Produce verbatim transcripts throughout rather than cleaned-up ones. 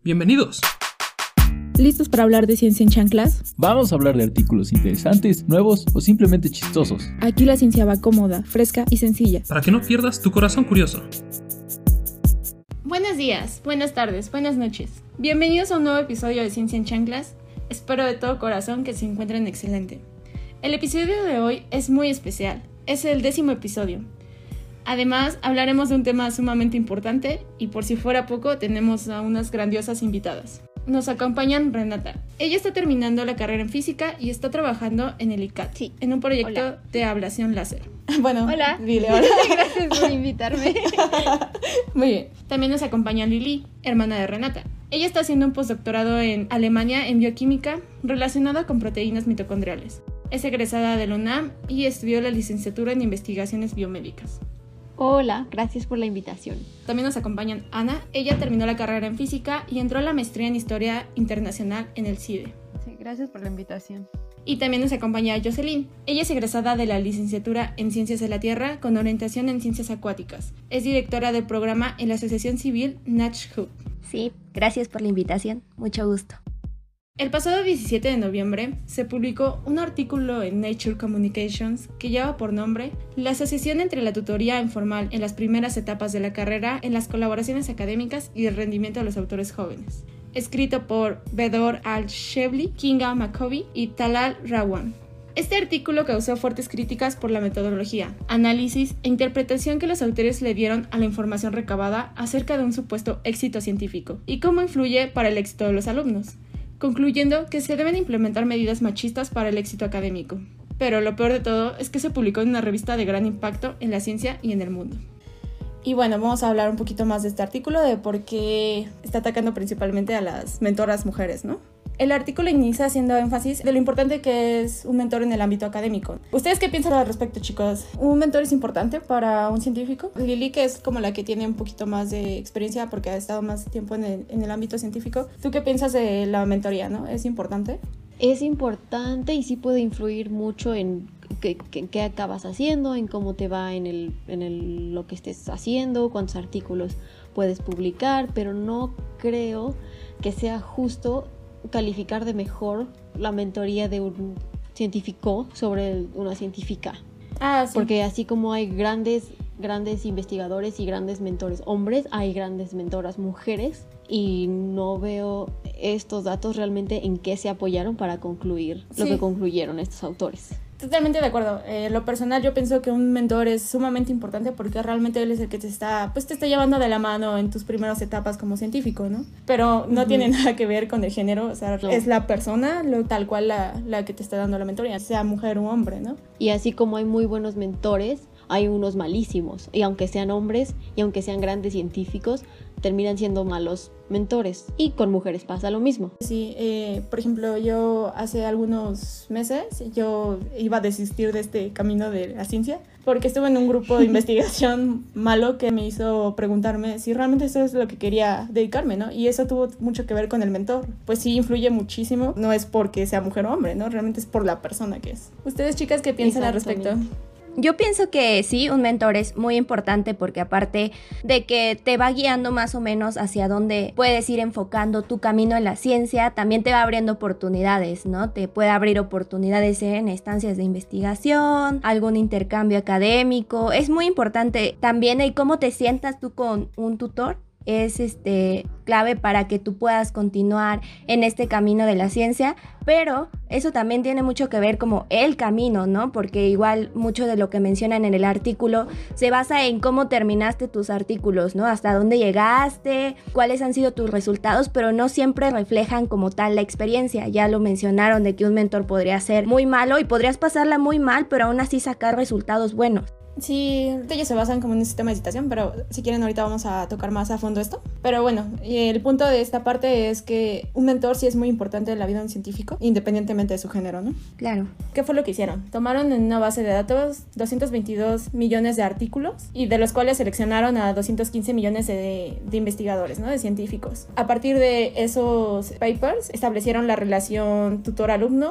Bienvenidos. ¿Listos para hablar de ciencia en chanclas? Vamos a hablar de artículos interesantes, nuevos o simplemente chistosos. Aquí la ciencia va cómoda, fresca y sencilla. Para que no pierdas tu corazón curioso. Buenos días, buenas tardes, buenas noches. Bienvenidos a un nuevo episodio de Ciencia en Chanclas. Espero de todo corazón que se encuentren excelente. El episodio de hoy es muy especial. Es el décimo episodio. Además, hablaremos de un tema sumamente importante y por si fuera poco, tenemos a unas grandiosas invitadas. Nos acompañan Renata. Ella está terminando la carrera en física y está trabajando en el I C A T, sí, en un proyecto hola. de ablación láser. Bueno, hola. Dile hola. Gracias por invitarme. Muy bien. También nos acompaña Lili, hermana de Renata. Ella está haciendo un postdoctorado en Alemania en bioquímica relacionada con proteínas mitocondriales. Es egresada de la UNAM y estudió la licenciatura en investigaciones biomédicas. Hola, gracias por la invitación. También nos acompañan Ana. Ella terminó la carrera en física y entró a la maestría en historia internacional en el CIDE. Sí, gracias por la invitación. Y también nos acompaña Jocelyn. Ella es egresada de la licenciatura en Ciencias de la Tierra con orientación en Ciencias Acuáticas. Es directora del programa en la Asociación Civil NatchHub. Sí, gracias por la invitación. Mucho gusto. El pasado diecisiete de noviembre se publicó un artículo en Nature Communications que lleva por nombre La asociación entre la tutoría informal en las primeras etapas de la carrera en las colaboraciones académicas y el rendimiento de los autores jóvenes, escrito por Bedor Al-Shebli, Kinga McCovey y Talal Rawan. Este artículo causó fuertes críticas por la metodología, análisis e interpretación que los autores le dieron a la información recabada acerca de un supuesto éxito científico y cómo influye para el éxito de los alumnos, concluyendo que se deben implementar medidas machistas para el éxito académico. Pero lo peor de todo es que se publicó en una revista de gran impacto en la ciencia y en el mundo. Y bueno, vamos a hablar un poquito más de este artículo, de por qué está atacando principalmente a las mentoras mujeres, ¿no? El artículo inicia haciendo énfasis de lo importante que es un mentor en el ámbito académico. ¿Ustedes qué piensan al respecto, chicos? ¿Un mentor es importante para un científico? Lili, que es como la que tiene un poquito más de experiencia porque ha estado más tiempo en el, en el ámbito científico. ¿Tú qué piensas de la mentoría, no? ¿Es importante? Es importante y sí puede influir mucho en qué, qué, qué acabas haciendo, en cómo te va en, el, en el, lo que estés haciendo, cuántos artículos puedes publicar, pero no creo que sea justo calificar de mejor la mentoría de un científico sobre una científica. Ah, sí. Porque así como hay grandes, grandes investigadores y grandes mentores hombres, hay grandes mentoras mujeres y no veo estos datos realmente en qué se apoyaron para concluir sí. lo que concluyeron estos autores. Totalmente de acuerdo. Eh, lo personal yo pienso que un mentor es sumamente importante porque realmente él es el que te está, pues te está llevando de la mano en tus primeras etapas como científico, ¿no? Pero no uh-huh. tiene nada que ver con el género, o sea, no. es la persona lo, tal cual la, la que te está dando la mentoría, sea mujer o hombre, ¿no? Y así como hay muy buenos mentores, hay unos malísimos, y aunque sean hombres y aunque sean grandes científicos, terminan siendo malos mentores, y con mujeres pasa lo mismo. Sí, eh, por ejemplo, yo hace algunos meses yo iba a desistir de este camino de la ciencia porque estuve en un grupo de investigación malo que me hizo preguntarme si realmente eso es lo que quería dedicarme, ¿no? Y eso tuvo mucho que ver con el mentor. Pues sí, influye muchísimo, no es porque sea mujer o hombre, ¿no? Realmente es por la persona que es. ¿Ustedes, chicas, qué piensan al respecto? Yo pienso que sí, un mentor es muy importante porque aparte de que te va guiando más o menos hacia dónde puedes ir enfocando tu camino en la ciencia, también te va abriendo oportunidades, ¿no? Te puede abrir oportunidades en estancias de investigación, algún intercambio académico. Es muy importante también el cómo te sientas tú con un tutor. Es este clave para que tú puedas continuar en este camino de la ciencia, pero eso también tiene mucho que ver como el camino, ¿no? Porque igual mucho de lo que mencionan en el artículo se basa en cómo terminaste tus artículos, ¿no? Hasta dónde llegaste, cuáles han sido tus resultados, pero no siempre reflejan como tal la experiencia. Ya lo mencionaron de que un mentor podría ser muy malo y podrías pasarla muy mal, pero aún así sacar resultados buenos. Sí, ellos se basan como en un sistema de citación, pero si quieren ahorita vamos a tocar más a fondo esto. Pero bueno, el punto de esta parte es que un mentor sí es muy importante en la vida de un científico, independientemente de su género, ¿no? Claro. ¿Qué fue lo que hicieron? Tomaron en una base de datos doscientos veintidós millones de artículos y de los cuales seleccionaron a doscientos quince millones de, de investigadores, ¿no? De científicos. A partir de esos papers establecieron la relación tutor-alumno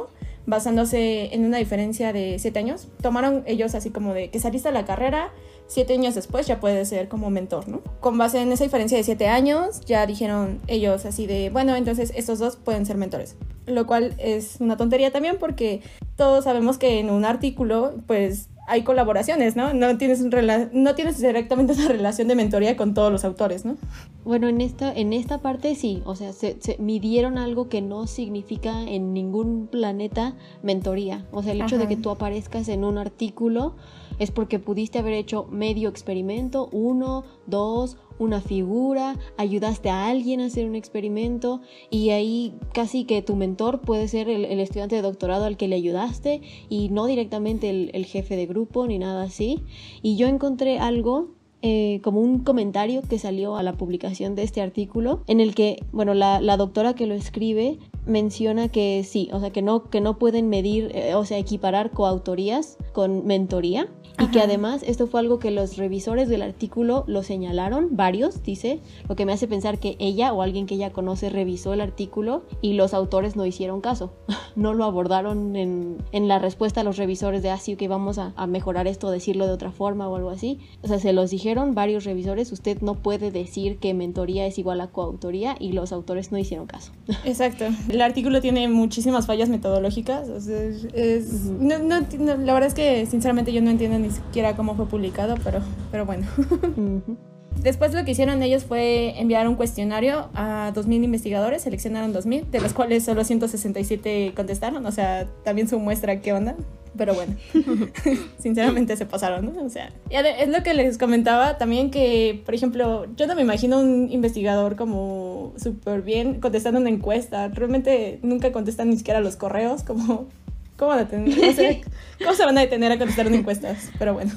basándose en una diferencia de siete años. Tomaron ellos así como de que saliste de la carrera, siete años después ya puedes ser como mentor, ¿no? Con base en esa diferencia de siete años, ya dijeron ellos así de, bueno, entonces estos dos pueden ser mentores. Lo cual es una tontería también porque todos sabemos que en un artículo, pues, hay colaboraciones, ¿no? No tienes, un rela- no tienes directamente una relación de mentoría con todos los autores, ¿no? Bueno, en esta, en esta parte sí, o sea, se, se midieron algo que no significa en ningún planeta mentoría. O sea, el hecho Ajá. de que tú aparezcas en un artículo es porque pudiste haber hecho medio experimento, uno, dos, una figura, ayudaste a alguien a hacer un experimento y ahí casi que tu mentor puede ser el, el estudiante de doctorado al que le ayudaste y no directamente el, el jefe de grupo ni nada así. Y yo encontré algo eh, como un comentario que salió a la publicación de este artículo en el que, bueno, la, la doctora que lo escribe menciona que sí, o sea, que no, que no pueden medir, eh, o sea, equiparar coautorías con mentoría. Y que además esto fue algo que los revisores del artículo lo señalaron, varios, dice, lo que me hace pensar que ella o alguien que ella conoce revisó el artículo y los autores no hicieron caso, no lo abordaron en, en la respuesta a los revisores de, ah, sí, que vamos a, a mejorar esto, decirlo de otra forma o algo así. O sea, se los dijeron varios revisores, usted no puede decir que mentoría es igual a coautoría y los autores no hicieron caso. Exacto. El artículo tiene muchísimas fallas metodológicas, o sea, es... es uh-huh. no, no, no, la verdad es que sinceramente yo no entiendo ni siquiera cómo fue publicado, pero, pero bueno. Uh-huh. Después lo que hicieron ellos fue enviar un cuestionario a dos mil investigadores, seleccionaron dos mil, de los cuales solo ciento sesenta y siete contestaron, o sea, también su muestra qué onda. Pero bueno, sinceramente se pasaron, ¿no? O sea, es lo que les comentaba también que, por ejemplo, yo no me imagino un investigador como súper bien contestando una encuesta. Realmente nunca contestan ni siquiera los correos, como... ¿Cómo, detener? No sé, ¿cómo se van a detener a contestar una encuesta? Pero bueno.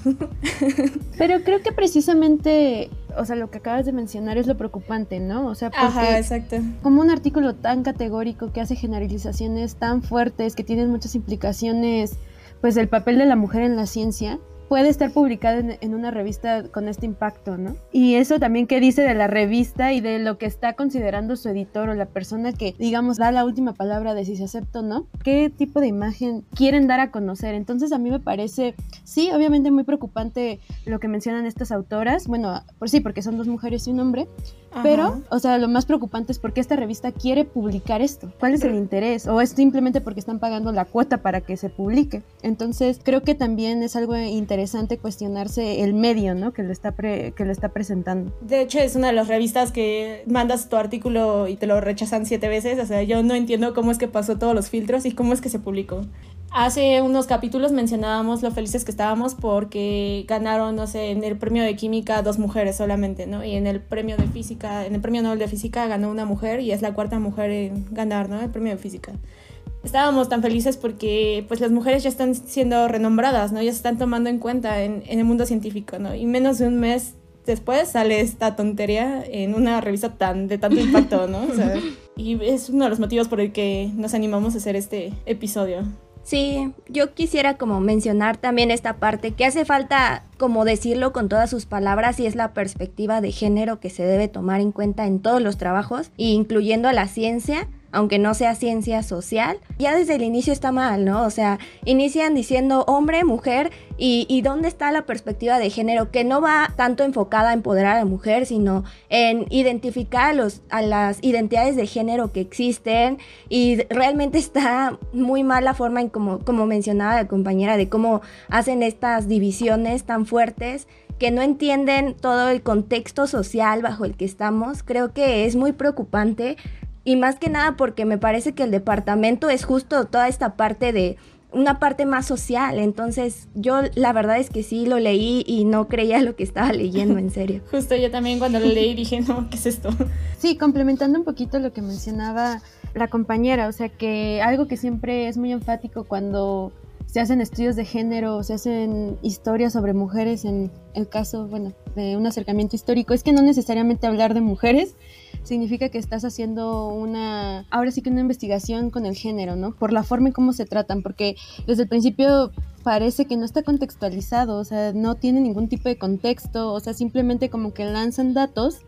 Pero creo que precisamente, o sea, lo que acabas de mencionar es lo preocupante, ¿no? O sea, porque Ajá, exacto. Como un artículo tan categórico que hace generalizaciones tan fuertes, que tienen muchas implicaciones, pues del papel de la mujer en la ciencia, puede estar publicada en, en una revista con este impacto, ¿no? Y eso también qué dice de la revista y de lo que está considerando su editor o la persona que, digamos, da la última palabra de si se acepta o no. ¿Qué tipo de imagen quieren dar a conocer? Entonces a mí me parece, sí, obviamente muy preocupante lo que mencionan estas autoras. Bueno, por sí, porque son dos mujeres y un hombre. Ajá. Pero, o sea, lo más preocupante es por qué esta revista quiere publicar esto. ¿Cuál es el interés? ¿O es simplemente porque están pagando la cuota para que se publique? Entonces, creo que también es algo interesante cuestionarse el medio, ¿no? Que lo está, pre- que lo está presentando. De hecho, es una de las revistas que mandas tu artículo y te lo rechazan siete veces. O sea, yo no entiendo cómo es que pasó todos los filtros y cómo es que se publicó. Hace unos capítulos mencionábamos lo felices que estábamos porque ganaron, no sé, en el premio de química dos mujeres solamente, ¿no? Y en el premio de física, en el premio Nobel de física ganó una mujer y es la cuarta mujer en ganar, ¿no? El premio de física. Estábamos tan felices porque pues las mujeres ya están siendo renombradas, ¿no? Ya se están tomando en cuenta en, en el mundo científico, ¿no? Y menos de un mes después sale esta tontería en una revista tan de tanto impacto, ¿no? O sea, y es uno de los motivos por el que nos animamos a hacer este episodio. Sí, yo quisiera como mencionar también esta parte que hace falta como decirlo con todas sus palabras y es la perspectiva de género que se debe tomar en cuenta en todos los trabajos, incluyendo a la ciencia, aunque no sea ciencia social. Ya desde el inicio está mal, ¿no? O sea, inician diciendo hombre, mujer, y, y ¿dónde está la perspectiva de género? Que no va tanto enfocada a empoderar a la mujer, sino en identificar a, los, a las identidades de género que existen, y realmente está muy mal la forma en como, como mencionaba la compañera, de cómo hacen estas divisiones tan fuertes, que no entienden todo el contexto social bajo el que estamos. Creo que es muy preocupante. Y más que nada porque me parece que el departamento es justo toda esta parte de una parte más social. Entonces yo la verdad es que sí lo leí y no creía lo que estaba leyendo, en serio. Justo yo también cuando lo leí dije, no, ¿qué es esto? Sí, complementando un poquito lo que mencionaba la compañera, o sea que algo que siempre es muy enfático cuando se hacen estudios de género, se hacen historias sobre mujeres en el caso, bueno, de un acercamiento histórico, es que no necesariamente hablar de mujeres significa que estás haciendo una, ahora sí que una investigación con el género, ¿no? Por la forma en cómo se tratan, porque desde el principio parece que no está contextualizado, o sea, no tiene ningún tipo de contexto, o sea, simplemente como que lanzan datos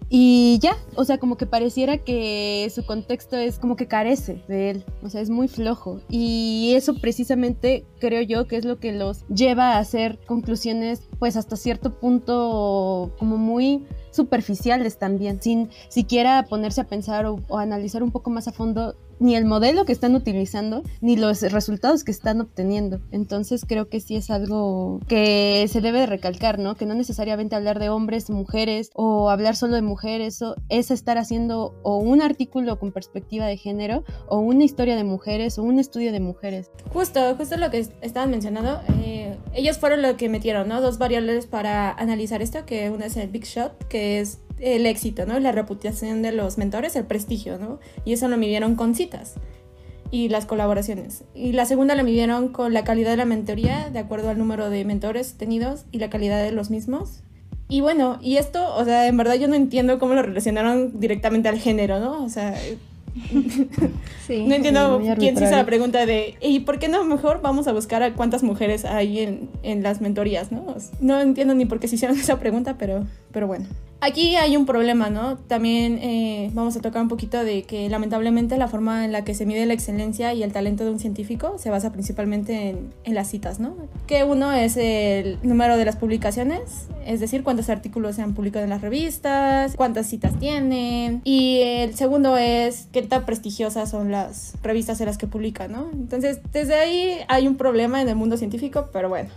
y ya, o sea, como que pareciera que su contexto es como que carece de él, o sea, es muy flojo, y eso precisamente creo yo que es lo que los lleva a hacer conclusiones pues hasta cierto punto como muy superficiales también, sin siquiera ponerse a pensar o, o analizar un poco más a fondo ni el modelo que están utilizando, ni los resultados que están obteniendo. Entonces creo que sí es algo que se debe de recalcar, ¿no? Que no necesariamente hablar de hombres, mujeres, o hablar solo de mujeres, o es estar haciendo o un artículo con perspectiva de género, o una historia de mujeres, o un estudio de mujeres. Justo, justo lo que estaban mencionando, eh, ellos fueron lo que metieron, ¿no? Dos variables para analizar esto, que una es el Big Shot, que es el éxito, ¿no? La reputación de los mentores, el prestigio, ¿no? Y eso lo midieron con citas y las colaboraciones. Y la segunda la midieron con la calidad de la mentoría, de acuerdo al número de mentores tenidos y la calidad de los mismos. Y bueno, y esto, o sea, en verdad yo no entiendo cómo lo relacionaron directamente al género, ¿no? O sea... sí, no entiendo sí, quién se hizo la pregunta de ¿y por qué no mejor vamos a buscar a cuántas mujeres hay en, en las mentorías, ¿no? No entiendo ni por qué se hicieron esa pregunta, pero, pero bueno. Aquí hay un problema, ¿no? También eh, vamos a tocar un poquito de que lamentablemente la forma en la que se mide la excelencia y el talento de un científico se basa principalmente en, en las citas, ¿no? Que uno es el número de las publicaciones, es decir, cuántos artículos se han publicado en las revistas, cuántas citas tienen, y el segundo es qué tan prestigiosas son las revistas en las que publican, ¿no? Entonces, desde ahí hay un problema en el mundo científico, pero bueno.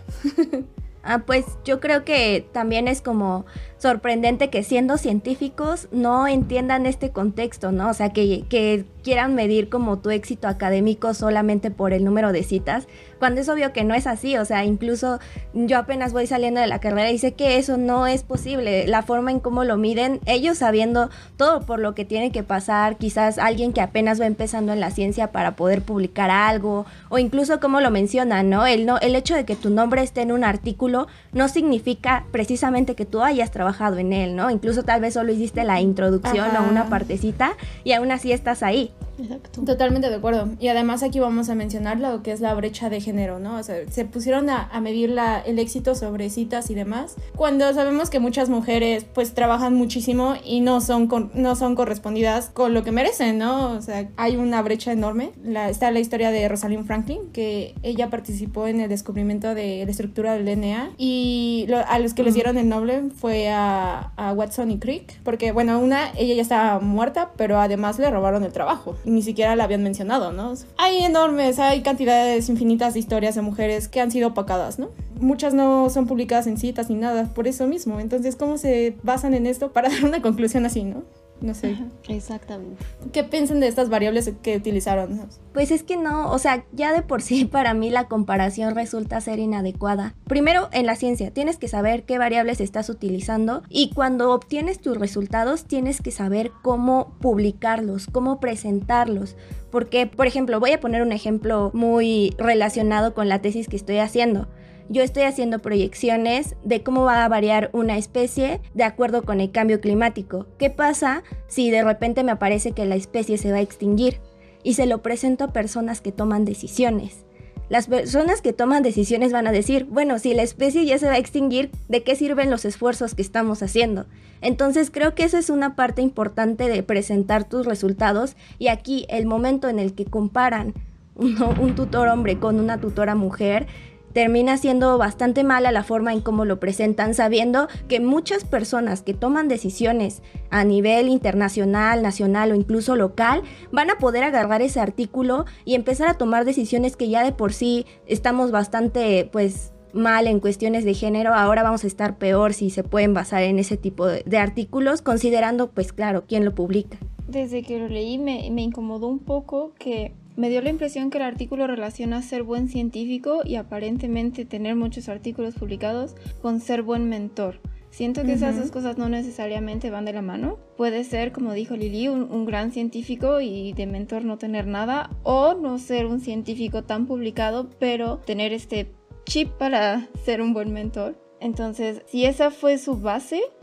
Ah, pues yo creo que también es como sorprendente que siendo científicos no entiendan este contexto, ¿no? O sea, que, que quieran medir como tu éxito académico solamente por el número de citas, cuando es obvio que no es así. O sea, incluso yo apenas voy saliendo de la carrera y sé que eso no es posible. La forma en cómo lo miden, ellos sabiendo todo por lo que tiene que pasar, quizás alguien que apenas va empezando en la ciencia para poder publicar algo, o incluso como lo mencionan, ¿no? El, no, el hecho de que tu nombre esté en un artículo no significa precisamente que tú hayas trabajado en él, ¿no? Incluso tal vez solo hiciste la introducción Ajá. o una partecita y aún así estás ahí. Exacto. Totalmente de acuerdo. Y además aquí vamos a mencionar lo que es la brecha de género, ¿no? O sea, se pusieron a, a medir la, el éxito sobre citas y demás, cuando sabemos que muchas mujeres pues trabajan muchísimo y no son, con, no son correspondidas con lo que merecen, ¿no? O sea, hay una brecha enorme. La, está la historia de Rosalind Franklin, que ella participó en el descubrimiento de la estructura del D N A, y lo, a los que les dieron el Nobel fue a, a Watson y Crick, porque bueno, una, ella ya estaba muerta, pero además le robaron el trabajo. Ni siquiera la habían mencionado, ¿no? Hay enormes, hay cantidades infinitas de historias de mujeres que han sido opacadas, ¿no? Muchas no son publicadas en citas ni nada, por eso mismo. Entonces, ¿cómo se basan en esto para dar una conclusión así, no? No sé. Ajá, exactamente. ¿Qué piensan de estas variables que utilizaron? Pues es que no, o sea, ya de por sí para mí la comparación resulta ser inadecuada. Primero, en la ciencia tienes que saber qué variables estás utilizando, y cuando obtienes tus resultados tienes que saber cómo publicarlos, cómo presentarlos. Porque, por ejemplo, voy a poner un ejemplo muy relacionado con la tesis que estoy haciendo. Yo estoy haciendo proyecciones de cómo va a variar una especie de acuerdo con el cambio climático. ¿Qué pasa si de repente me aparece que la especie se va a extinguir? Y se lo presento a personas que toman decisiones. Las personas que toman decisiones van a decir, bueno, si la especie ya se va a extinguir, ¿de qué sirven los esfuerzos que estamos haciendo? Entonces creo que esa es una parte importante de presentar tus resultados, y aquí el momento en el que comparan un, un tutor hombre con una tutora mujer, termina siendo bastante mala la forma en cómo lo presentan, sabiendo que muchas personas que toman decisiones a nivel internacional, nacional o incluso local van a poder agarrar ese artículo y empezar a tomar decisiones que ya de por sí estamos bastante pues mal en cuestiones de género. Ahora vamos a estar peor si se pueden basar en ese tipo de, de artículos, considerando pues claro quién lo publica. Desde que lo leí me, me incomodó un poco que me dio la impresión que el artículo relaciona ser buen científico y aparentemente tener muchos artículos publicados con ser buen mentor. Siento que uh-huh. esas dos cosas no necesariamente van de la mano. Puede ser, como dijo Lili, un, un gran científico y de mentor no tener nada, o no ser un científico tan publicado, pero tener este chip para ser un buen mentor. Entonces, si esa fue su base,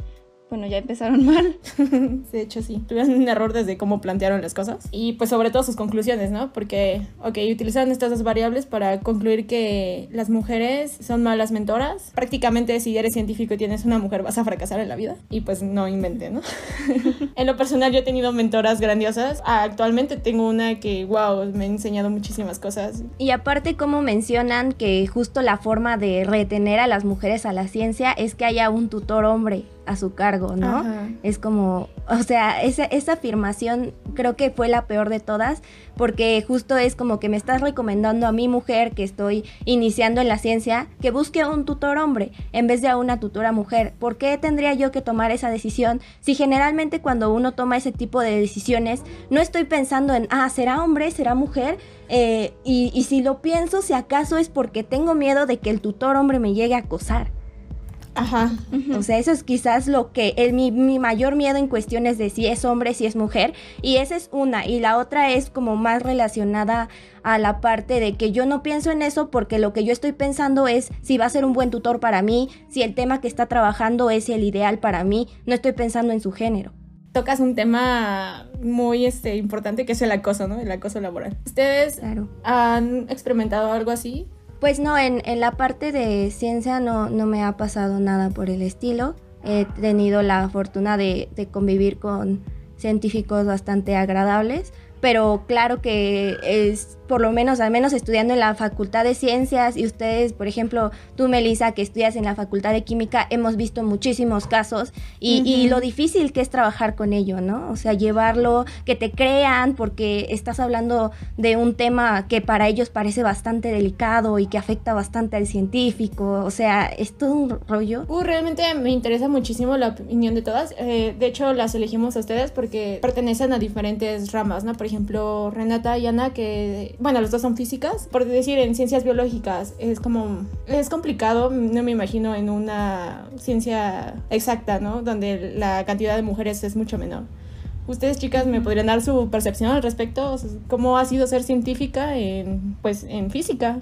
bueno, ya empezaron mal. De hecho, sí. Tuvieron un error desde cómo plantearon las cosas. Y pues sobre todo sus conclusiones, ¿no? Porque, ok, utilizaron estas dos variables para concluir que las mujeres son malas mentoras. Prácticamente si eres científico y tienes una mujer vas a fracasar en la vida. Y pues no invente, ¿no? En lo personal yo he tenido mentoras grandiosas. Actualmente tengo una que, wow, me ha enseñado muchísimas cosas. Y aparte, como mencionan que justo la forma de retener a las mujeres a la ciencia es que haya un tutor hombre a su cargo, ¿no? Ajá. Es como, o sea, esa, esa afirmación creo que fue la peor de todas, porque justo es como que me estás recomendando a mi mujer que estoy iniciando en la ciencia que busque a un tutor hombre en vez de a una tutora mujer. ¿Por qué tendría yo que tomar esa decisión si generalmente cuando uno toma ese tipo de decisiones no estoy pensando en, ah, ¿será hombre? ¿Será mujer? Eh, y, y si lo pienso, si acaso es porque tengo miedo de que el tutor hombre me llegue a acosar. Ajá. O sea, eso es quizás lo que el, mi, mi mayor miedo en cuestiones de si es hombre, si es mujer, y esa es una, y la otra es como más relacionada a la parte de que yo no pienso en eso porque lo que yo estoy pensando es si va a ser un buen tutor para mí, si el tema que está trabajando es el ideal para mí, no estoy pensando en su género. Tocas un tema muy este, importante que es el acoso, ¿no? El acoso laboral. ¿Ustedes Claro. han experimentado algo así? Pues no, en, en la parte de ciencia no, no me ha pasado nada por el estilo. He tenido la fortuna de, de convivir con científicos bastante agradables, pero claro que es, por lo menos, al menos estudiando en la Facultad de Ciencias, y ustedes, por ejemplo, tú, Melissa, que estudias en la Facultad de Química, hemos visto muchísimos casos y, uh-huh. y lo difícil que es trabajar con ello, ¿no? O sea, llevarlo, que te crean, porque estás hablando de un tema que para ellos parece bastante delicado y que afecta bastante al científico, o sea, es todo un rollo. Uh, realmente me interesa muchísimo la opinión de todas. Eh, de hecho, las elegimos a ustedes porque pertenecen a diferentes ramas, ¿no? Por ejemplo, Renata y Ana, que, bueno, los dos son físicas. Por decir, en ciencias biológicas es como, es complicado, no me imagino en una ciencia exacta, ¿no? Donde la cantidad de mujeres es mucho menor. Ustedes, chicas, ¿me podrían dar su percepción al respecto? O sea, ¿cómo ha sido ser científica en, pues, en física?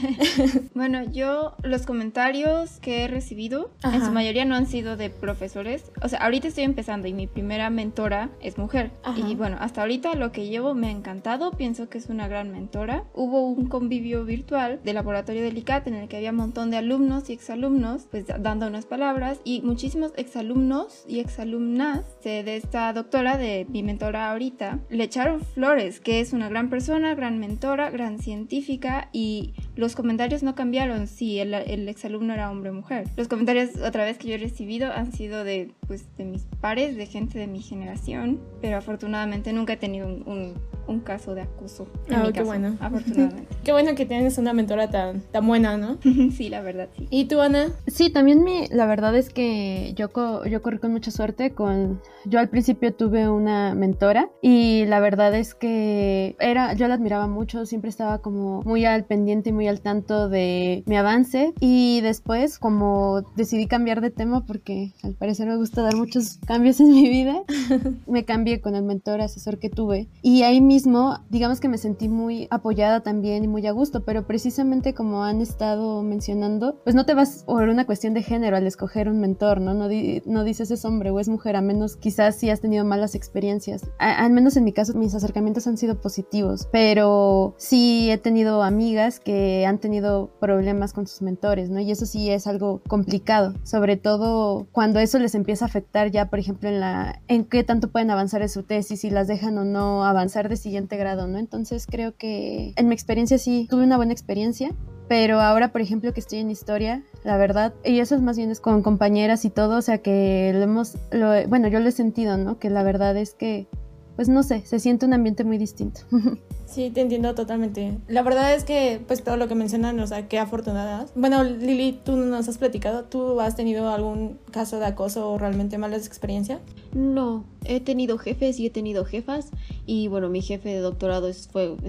Bueno, yo los comentarios que he recibido, Ajá. en su mayoría no han sido de profesores. O sea, ahorita estoy empezando y mi primera mentora es mujer. Ajá. Y bueno, hasta ahorita lo que llevo me ha encantado. Pienso que es una gran mentora. Hubo un convivio virtual del laboratorio del I C A T en el que había un montón de alumnos y exalumnos, pues dando unas palabras. Y muchísimos exalumnos y exalumnas de esta doctora de mi mentora ahorita, le echaron flores, que es una gran persona, gran mentora, gran científica, y los comentarios no cambiaron si el, el exalumno era hombre o mujer. Los comentarios otra vez que yo he recibido han sido de, pues, de mis pares, de gente de mi generación, pero afortunadamente nunca he tenido un, un, un caso de acoso. En ah, mi qué caso, bueno. Afortunadamente. Qué bueno que tienes una mentora tan, tan buena, ¿no? Sí, la verdad, sí. ¿Y tú, Ana? Sí, también mi, la verdad es que yo, co- yo corrí con mucha suerte con... Yo al principio tuve una mentora y la verdad es que era, yo la admiraba mucho, siempre estaba como muy al pendiente y muy al tanto de mi avance, y después como decidí cambiar de tema porque al parecer me gusta dar muchos cambios en mi vida, me cambié con el mentor asesor que tuve, y ahí mismo digamos que me sentí muy apoyada también y muy a gusto, pero precisamente como han estado mencionando, pues no te vas por una cuestión de género al escoger un mentor, ¿no? No, di- no dices es hombre o es mujer, a menos quizás si has tenido malas experiencias. A- al menos en mi caso mis acercamientos han sido positivos, pero sí he tenido amigas que han tenido problemas con sus mentores, ¿no? Y eso sí es algo complicado, sobre todo cuando eso les empieza a afectar ya, por ejemplo, en la en qué tanto pueden avanzar en su tesis, si las dejan o no avanzar de siguiente grado, ¿no? Entonces creo que en mi experiencia sí tuve una buena experiencia, pero ahora, por ejemplo, que estoy en historia, la verdad, y eso es más bien es con compañeras y todo, o sea que lo hemos, lo, bueno, yo lo he sentido, ¿no? Que la verdad es que, pues no sé, se siente un ambiente muy distinto. Sí, te entiendo totalmente. La verdad es que, pues, todo lo que mencionan, o sea, qué afortunadas. Bueno, Lili, tú nos has platicado, ¿tú has tenido algún caso de acoso o realmente malas experiencias? No, he tenido jefes y he tenido jefas, y bueno, mi jefe de doctorado es, fue, es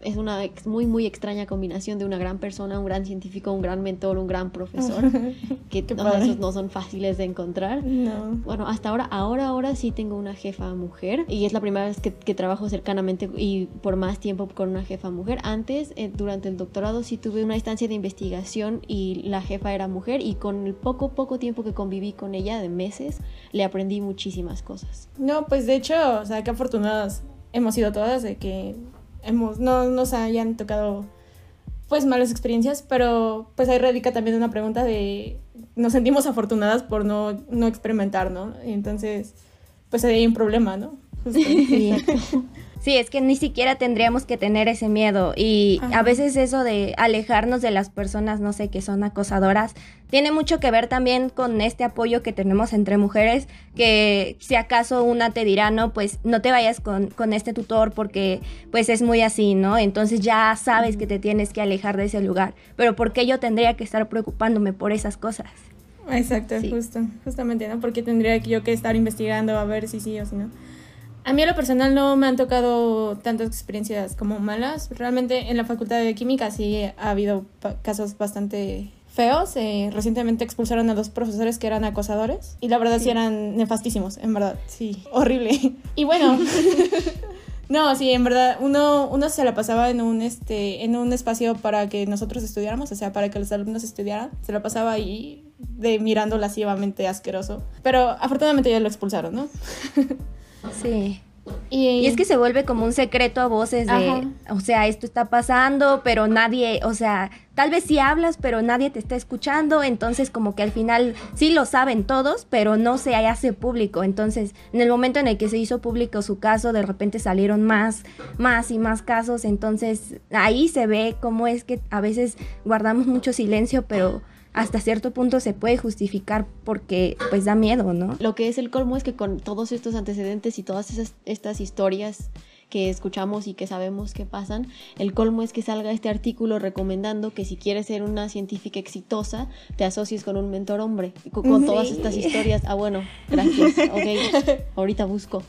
es una ex- muy, muy extraña combinación de una gran persona, un gran científico, un gran mentor, un gran profesor, que Qué o sea, padre. esos no son fáciles de encontrar. No. Bueno, hasta ahora, ahora, ahora sí tengo una jefa mujer y es la primera vez que, que trabajo cercanamente y por más tiempo con una jefa mujer. Antes, eh, durante el doctorado, sí tuve una instancia de investigación y la jefa era mujer y con el poco, poco tiempo que conviví con ella, de meses, le aprendí muchísimas cosas. No, pues de hecho, o sea, qué afortunadas hemos sido todas de que hemos, no nos hayan tocado pues malas experiencias, pero pues ahí radica también una pregunta de nos sentimos afortunadas por no, no experimentar, ¿no? Entonces, pues ahí hay un problema, ¿no? Justo. Sí. Sí, es que ni siquiera tendríamos que tener ese miedo y Ajá. a veces eso de alejarnos de las personas, no sé, que son acosadoras, tiene mucho que ver también con este apoyo que tenemos entre mujeres, que si acaso una te dirá, no, pues no te vayas con, con este tutor porque pues es muy así, ¿no? Entonces ya sabes que te tienes que alejar de ese lugar, pero ¿por qué yo tendría que estar preocupándome por esas cosas? Exacto, Sí. justo, justamente, ¿no? Porque tendría yo que estar investigando a ver si sí o si no. A mí a lo personal no me han tocado tantas experiencias como malas. Realmente en la Facultad de Química sí ha habido pa- casos bastante feos. Eh, recientemente expulsaron a dos profesores que eran acosadores y la verdad sí, sí eran nefastísimos, en verdad, sí, horrible. Y bueno, no, sí, en verdad uno, uno se la pasaba en un, este, en un espacio para que nosotros estudiáramos, o sea, para que los alumnos estudiaran, se la pasaba ahí de mirando lascivamente asqueroso. Pero afortunadamente ya lo expulsaron, ¿no? Sí. Y, Y es que se vuelve como un secreto a voces de, Ajá. o sea, esto está pasando, pero nadie, o sea, tal vez sí hablas, pero nadie te está escuchando, entonces como que al final sí lo saben todos, pero no se hace público. Entonces, en el momento en el que se hizo público su caso, de repente salieron más, más y más casos, entonces ahí se ve cómo es que a veces guardamos mucho silencio, pero hasta cierto punto se puede justificar porque pues da miedo, ¿no? Lo que es el colmo es que con todos estos antecedentes y todas esas, estas historias que escuchamos y que sabemos que pasan, el colmo es que salga este artículo recomendando que si quieres ser una científica exitosa, te asocies con un mentor hombre, con, con Sí. todas estas historias. Ah, bueno, gracias, ok, ahorita busco.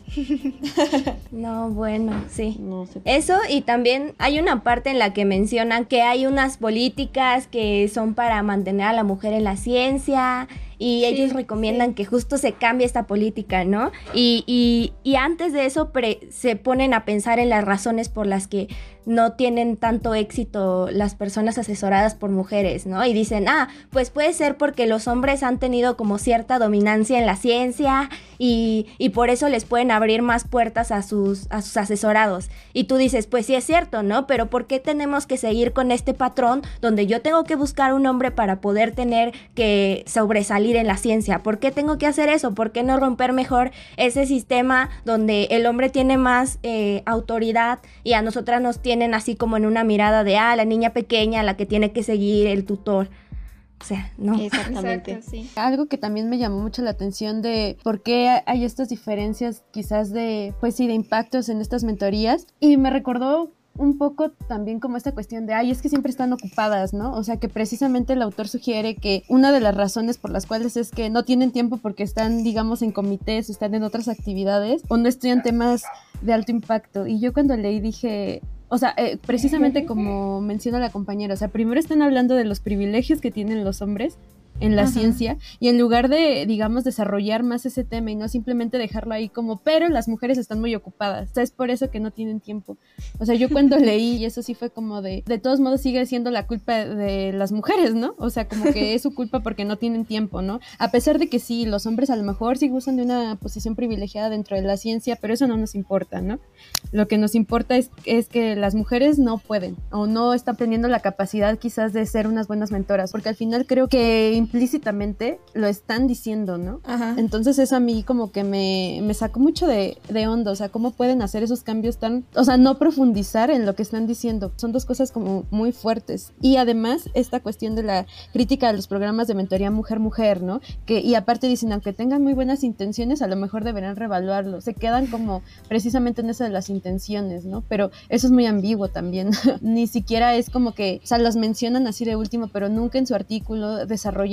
No, bueno, sí. No sé. Eso, y también hay una parte en la que mencionan que hay unas políticas que son para mantener a la mujer en la ciencia y Sí, ellos recomiendan sí. que justo se cambie esta política, ¿no? Y, y, y antes de eso pre- se ponen a pensar en las razones por las que no tienen tanto éxito las personas asesoradas por mujeres, ¿no? Y dicen, ah, pues puede ser porque los hombres han tenido como cierta dominancia en la ciencia y, y por eso les pueden abrir más puertas a sus, a sus asesorados. Y tú dices, pues sí es cierto, ¿no? Pero ¿por qué tenemos que seguir con este patrón donde yo tengo que buscar un hombre para poder tener que sobresalir en la ciencia? ¿Por qué tengo que hacer eso? ¿Por qué no romper mejor ese sistema donde el hombre tiene más eh, autoridad y a nosotras nos tienen así como en una mirada de, ah, la niña pequeña, la que tiene que seguir el tutor? O sea, no. Exactamente. Exacto, sí. Algo que también me llamó mucho la atención de por qué hay estas diferencias quizás de, pues sí, de impactos en estas mentorías, y me recordó un poco también como esta cuestión de, ay, es que siempre están ocupadas, ¿no? O sea, que precisamente el autor sugiere que una de las razones por las cuales es que no tienen tiempo porque están, digamos, en comités, están en otras actividades o no estudian temas de alto impacto. Y yo cuando leí dije, o sea, eh, precisamente como menciona la compañera, o sea, primero están hablando de los privilegios que tienen los hombres en la Ajá. ciencia, y en lugar de, digamos, desarrollar más ese tema y no simplemente dejarlo ahí como, pero las mujeres están muy ocupadas, o sea, es por eso que no tienen tiempo. O sea, yo cuando leí, y eso sí fue como de, de todos modos sigue siendo la culpa de las mujeres, ¿no? O sea, como que es su culpa porque no tienen tiempo, ¿no? A pesar de que sí, los hombres a lo mejor sí gustan de una posición privilegiada dentro de la ciencia, pero eso no nos importa, ¿no? Lo que nos importa es, es que las mujeres no pueden, o no están teniendo la capacidad quizás de ser unas buenas mentoras, porque al final creo que implícitamente lo están diciendo, ¿no? Ajá. Entonces eso a mí como que me, me sacó mucho de, de onda, o sea, cómo pueden hacer esos cambios tan, o sea, no profundizar en lo que están diciendo, son dos cosas como muy fuertes. Y además esta cuestión de la crítica de los programas de mentoría mujer-mujer, ¿no? Que, y aparte dicen, aunque tengan muy buenas intenciones, a lo mejor deberán reevaluarlo, se quedan como precisamente en eso de las intenciones, ¿no? Pero eso es muy ambiguo también, ni siquiera es como que, o sea, las mencionan así de último, pero nunca en su artículo desarrollan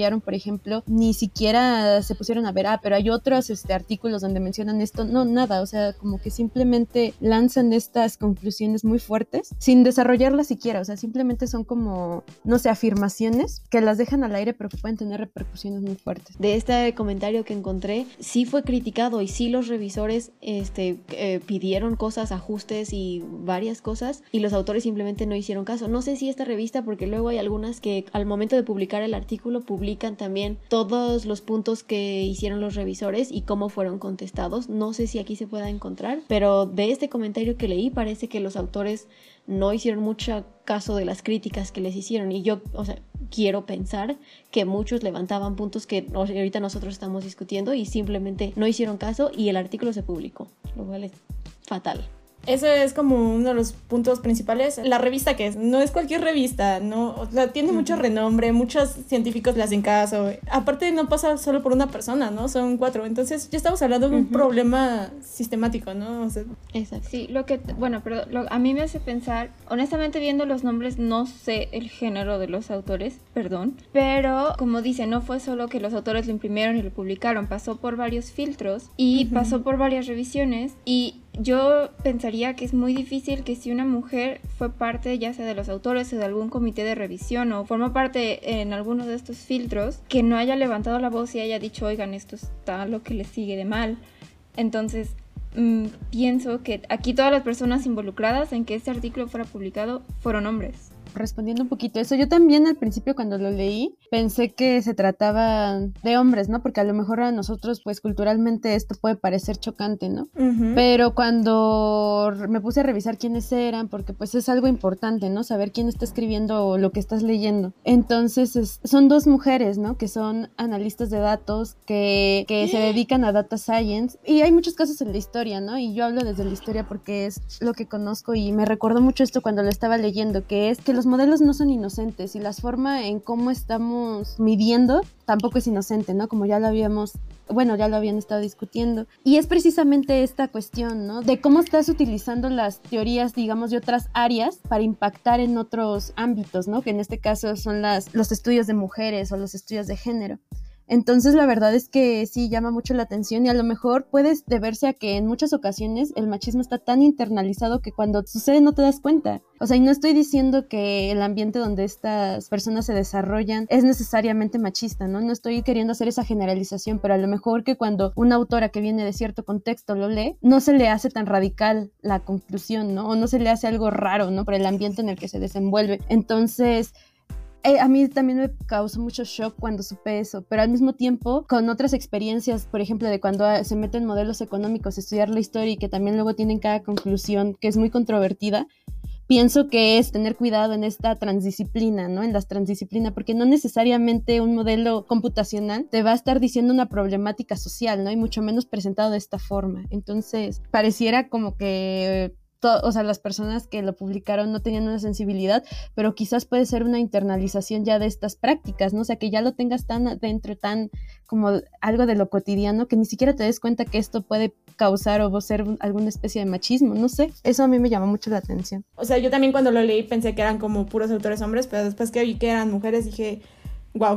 desarrollaron, por ejemplo, ni siquiera se pusieron a ver, ah, pero hay otros este, artículos donde mencionan esto, no, nada, o sea, como que simplemente lanzan estas conclusiones muy fuertes sin desarrollarlas siquiera, o sea, simplemente son como, no sé, afirmaciones que las dejan al aire pero que pueden tener repercusiones muy fuertes. De este comentario que encontré, sí fue criticado y sí los revisores este, eh, pidieron cosas, ajustes y varias cosas, y los autores simplemente no hicieron caso. No sé si esta revista, porque luego hay algunas que al momento de publicar el artículo publican también todos los puntos que hicieron los revisores y cómo fueron contestados. No sé si aquí se pueda encontrar, pero de este comentario que leí parece que los autores no hicieron mucho caso de las críticas que les hicieron, y yo, o sea, quiero pensar que muchos levantaban puntos que ahorita nosotros estamos discutiendo y simplemente no hicieron caso y el artículo se publicó, lo cual es fatal. Ese es como uno de los puntos principales. La revista que es, no es cualquier revista, no, o sea, tiene mucho renombre, muchos científicos le hacen caso. Aparte no pasa solo por una persona, ¿no? Son cuatro. Entonces ya estamos hablando de un uh-huh. problema sistemático, ¿no? O sea, exacto. Sí, lo que, bueno, pero lo, a mí me hace pensar, honestamente viendo los nombres no sé el género de los autores, perdón, pero como dice, no fue solo que los autores lo imprimieron y lo publicaron, pasó por varios filtros y uh-huh. pasó por varias revisiones, y yo pensaría que es muy difícil que si una mujer fue parte ya sea de los autores o de algún comité de revisión o forma parte en alguno de estos filtros, que no haya levantado la voz y haya dicho, oigan, esto está lo que le sigue de mal. Entonces mmm, pienso que aquí todas las personas involucradas en que este artículo fuera publicado fueron hombres. Respondiendo un poquito a eso, yo también al principio cuando lo leí pensé que se trataba de hombres, ¿no? Porque a lo mejor a nosotros pues culturalmente esto puede parecer chocante, ¿no? Uh-huh. Pero cuando me puse a revisar quiénes eran, porque pues es algo importante, ¿no? Saber quién está escribiendo lo que estás leyendo. Entonces es, son dos mujeres, ¿no? Que son analistas de datos, que, que se dedican a data science, y hay muchos casos en la historia, ¿no? Y yo hablo desde la historia porque es lo que conozco y me recordó mucho esto cuando lo estaba leyendo, que es que los modelos no son inocentes y la forma en cómo estamos midiendo tampoco es inocente, ¿no? Como ya lo habíamos, bueno, ya lo habían estado discutiendo. Y es precisamente esta cuestión, ¿no? De cómo estás utilizando las teorías, digamos, de otras áreas para impactar en otros ámbitos, ¿no? Que en este caso son las, los estudios de mujeres o los estudios de género. Entonces la verdad es que sí llama mucho la atención, y a lo mejor puede deberse a que en muchas ocasiones el machismo está tan internalizado que cuando sucede no te das cuenta. O sea, y no estoy diciendo que el ambiente donde estas personas se desarrollan es necesariamente machista, ¿no? No estoy queriendo hacer esa generalización, pero a lo mejor que cuando una autora que viene de cierto contexto lo lee, no se le hace tan radical la conclusión, ¿no? O no se le hace algo raro, ¿no? Por el ambiente en el que se desenvuelve. Entonces Eh, a mí también me causó mucho shock cuando supe eso, pero al mismo tiempo con otras experiencias, por ejemplo, de cuando se meten modelos económicos a estudiar la historia y que también luego tienen cada conclusión que es muy controvertida, pienso que es tener cuidado en esta transdisciplina, ¿no? En las transdisciplinas, porque no necesariamente un modelo computacional te va a estar diciendo una problemática social, ¿no? Y mucho menos presentado de esta forma. Entonces, pareciera como que o sea, las personas que lo publicaron no tenían una sensibilidad, pero quizás puede ser una internalización ya de estas prácticas, ¿no? O sea, que ya lo tengas tan adentro, tan como algo de lo cotidiano, que ni siquiera te des cuenta que esto puede causar o ser alguna especie de machismo, no sé, eso a mí me llamó mucho la atención. O sea, yo también cuando lo leí pensé que eran como puros autores hombres, pero después que vi que eran mujeres dije, wow.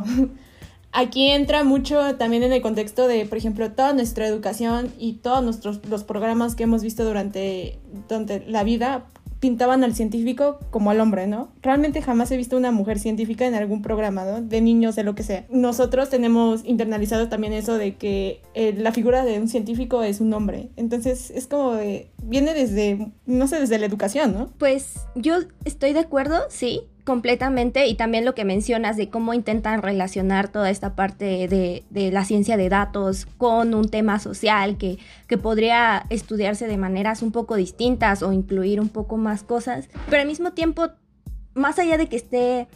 Aquí entra mucho también en el contexto de, por ejemplo, toda nuestra educación y todos nuestros los programas que hemos visto durante, durante la vida pintaban al científico como al hombre, ¿no? Realmente jamás he visto una mujer científica en algún programa, ¿no? De niños, de lo que sea. Nosotros tenemos internalizado también eso de que eh, la figura de un científico es un hombre. Entonces es como de, viene desde, no sé, desde la educación, ¿no? Pues yo estoy de acuerdo, sí, completamente, y también lo que mencionas de cómo intentan relacionar toda esta parte de, de la ciencia de datos con un tema social que, que podría estudiarse de maneras un poco distintas o incluir un poco más cosas, pero al mismo tiempo, más allá de que esté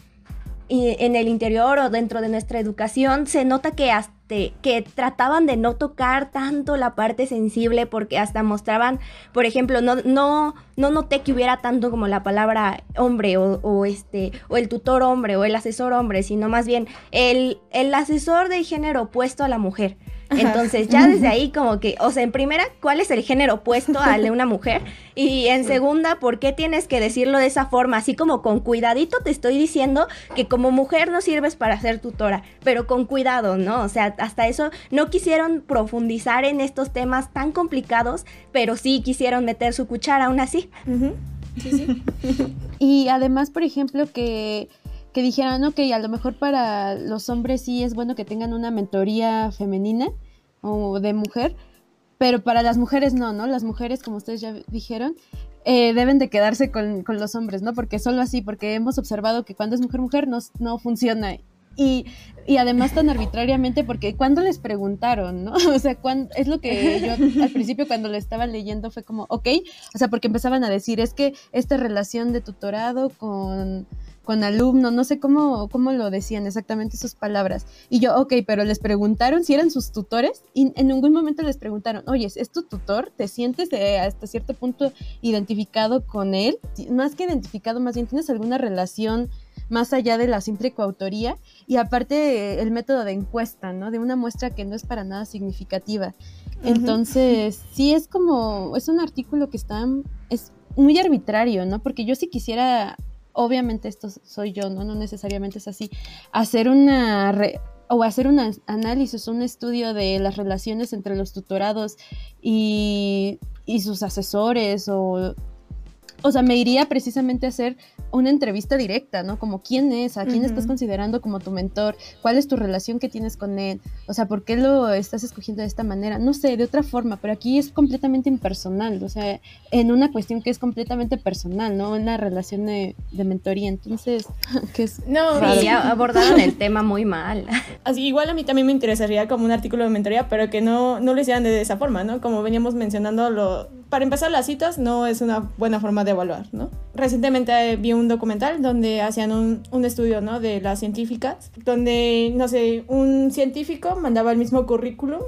en el interior o dentro de nuestra educación, se nota que hasta que trataban de no tocar tanto la parte sensible, porque hasta mostraban, por ejemplo, no, no, no noté que hubiera tanto como la palabra hombre o, o, este, o el tutor hombre o el asesor hombre, sino más bien el, el asesor del género opuesto a la mujer, Entonces ya desde ahí como que, o sea, en primera, ¿cuál es el género opuesto al de una mujer? Y en segunda, ¿por qué tienes que decirlo de esa forma? Así como con cuidadito te estoy diciendo que como mujer no sirves para ser tutora, pero con cuidado, ¿no? O sea, hasta eso no quisieron profundizar en estos temas tan complicados, pero sí quisieron meter su cuchara aún así. Uh-huh. Sí, sí. Y además, por ejemplo, que, que dijeran, ok, a lo mejor para los hombres sí es bueno que tengan una mentoría femenina o de mujer, pero para las mujeres no, ¿no? Las mujeres, como ustedes ya dijeron, eh, deben de quedarse con, con los hombres, ¿no? Porque solo así, porque hemos observado que cuando es mujer-mujer no, no funciona. Y, y además tan arbitrariamente, porque cuando les preguntaron, ¿no? O sea, cuando, es lo que yo al principio cuando lo estaba leyendo fue como, ok, o sea, porque empezaban a decir, es que esta relación de tutorado con, con alumno, no sé cómo, cómo lo decían exactamente sus palabras. Y yo, ok, pero les preguntaron si eran sus tutores y en ningún momento les preguntaron, oye, ¿es tu tutor? ¿Te sientes eh, hasta cierto punto identificado con él? Más que identificado, más bien, ¿tienes alguna relación más allá de la simple coautoría? Y aparte el método de encuesta, ¿no? De una muestra que no es para nada significativa. Uh-huh. Entonces, sí es como, es un artículo que está, es muy arbitrario, ¿no? Porque yo sí quisiera, obviamente esto soy yo, ¿no? No necesariamente es así, hacer una, re, o hacer un análisis, un estudio de las relaciones entre los tutorados y, y sus asesores, o... O sea, me iría precisamente a hacer una entrevista directa, ¿no? Como quién es, a quién uh-huh. estás considerando como tu mentor, cuál es tu relación que tienes con él, o sea, ¿por qué lo estás escogiendo de esta manera? No sé, de otra forma, pero aquí es completamente impersonal, o sea, en una cuestión que es completamente personal, ¿no? Una relación de, de mentoría, entonces, que es no, raro. Sí, abordaron el tema muy mal. Así, igual a mí también me interesaría como un artículo de mentoría, pero que no, no lo hicieran de esa forma, ¿no? Como veníamos mencionando, lo, para empezar las citas no es una buena forma de evaluar, ¿no? Recientemente vi un documental donde hacían un, un estudio, ¿no? De las científicas, donde, no sé, un científico mandaba el mismo currículum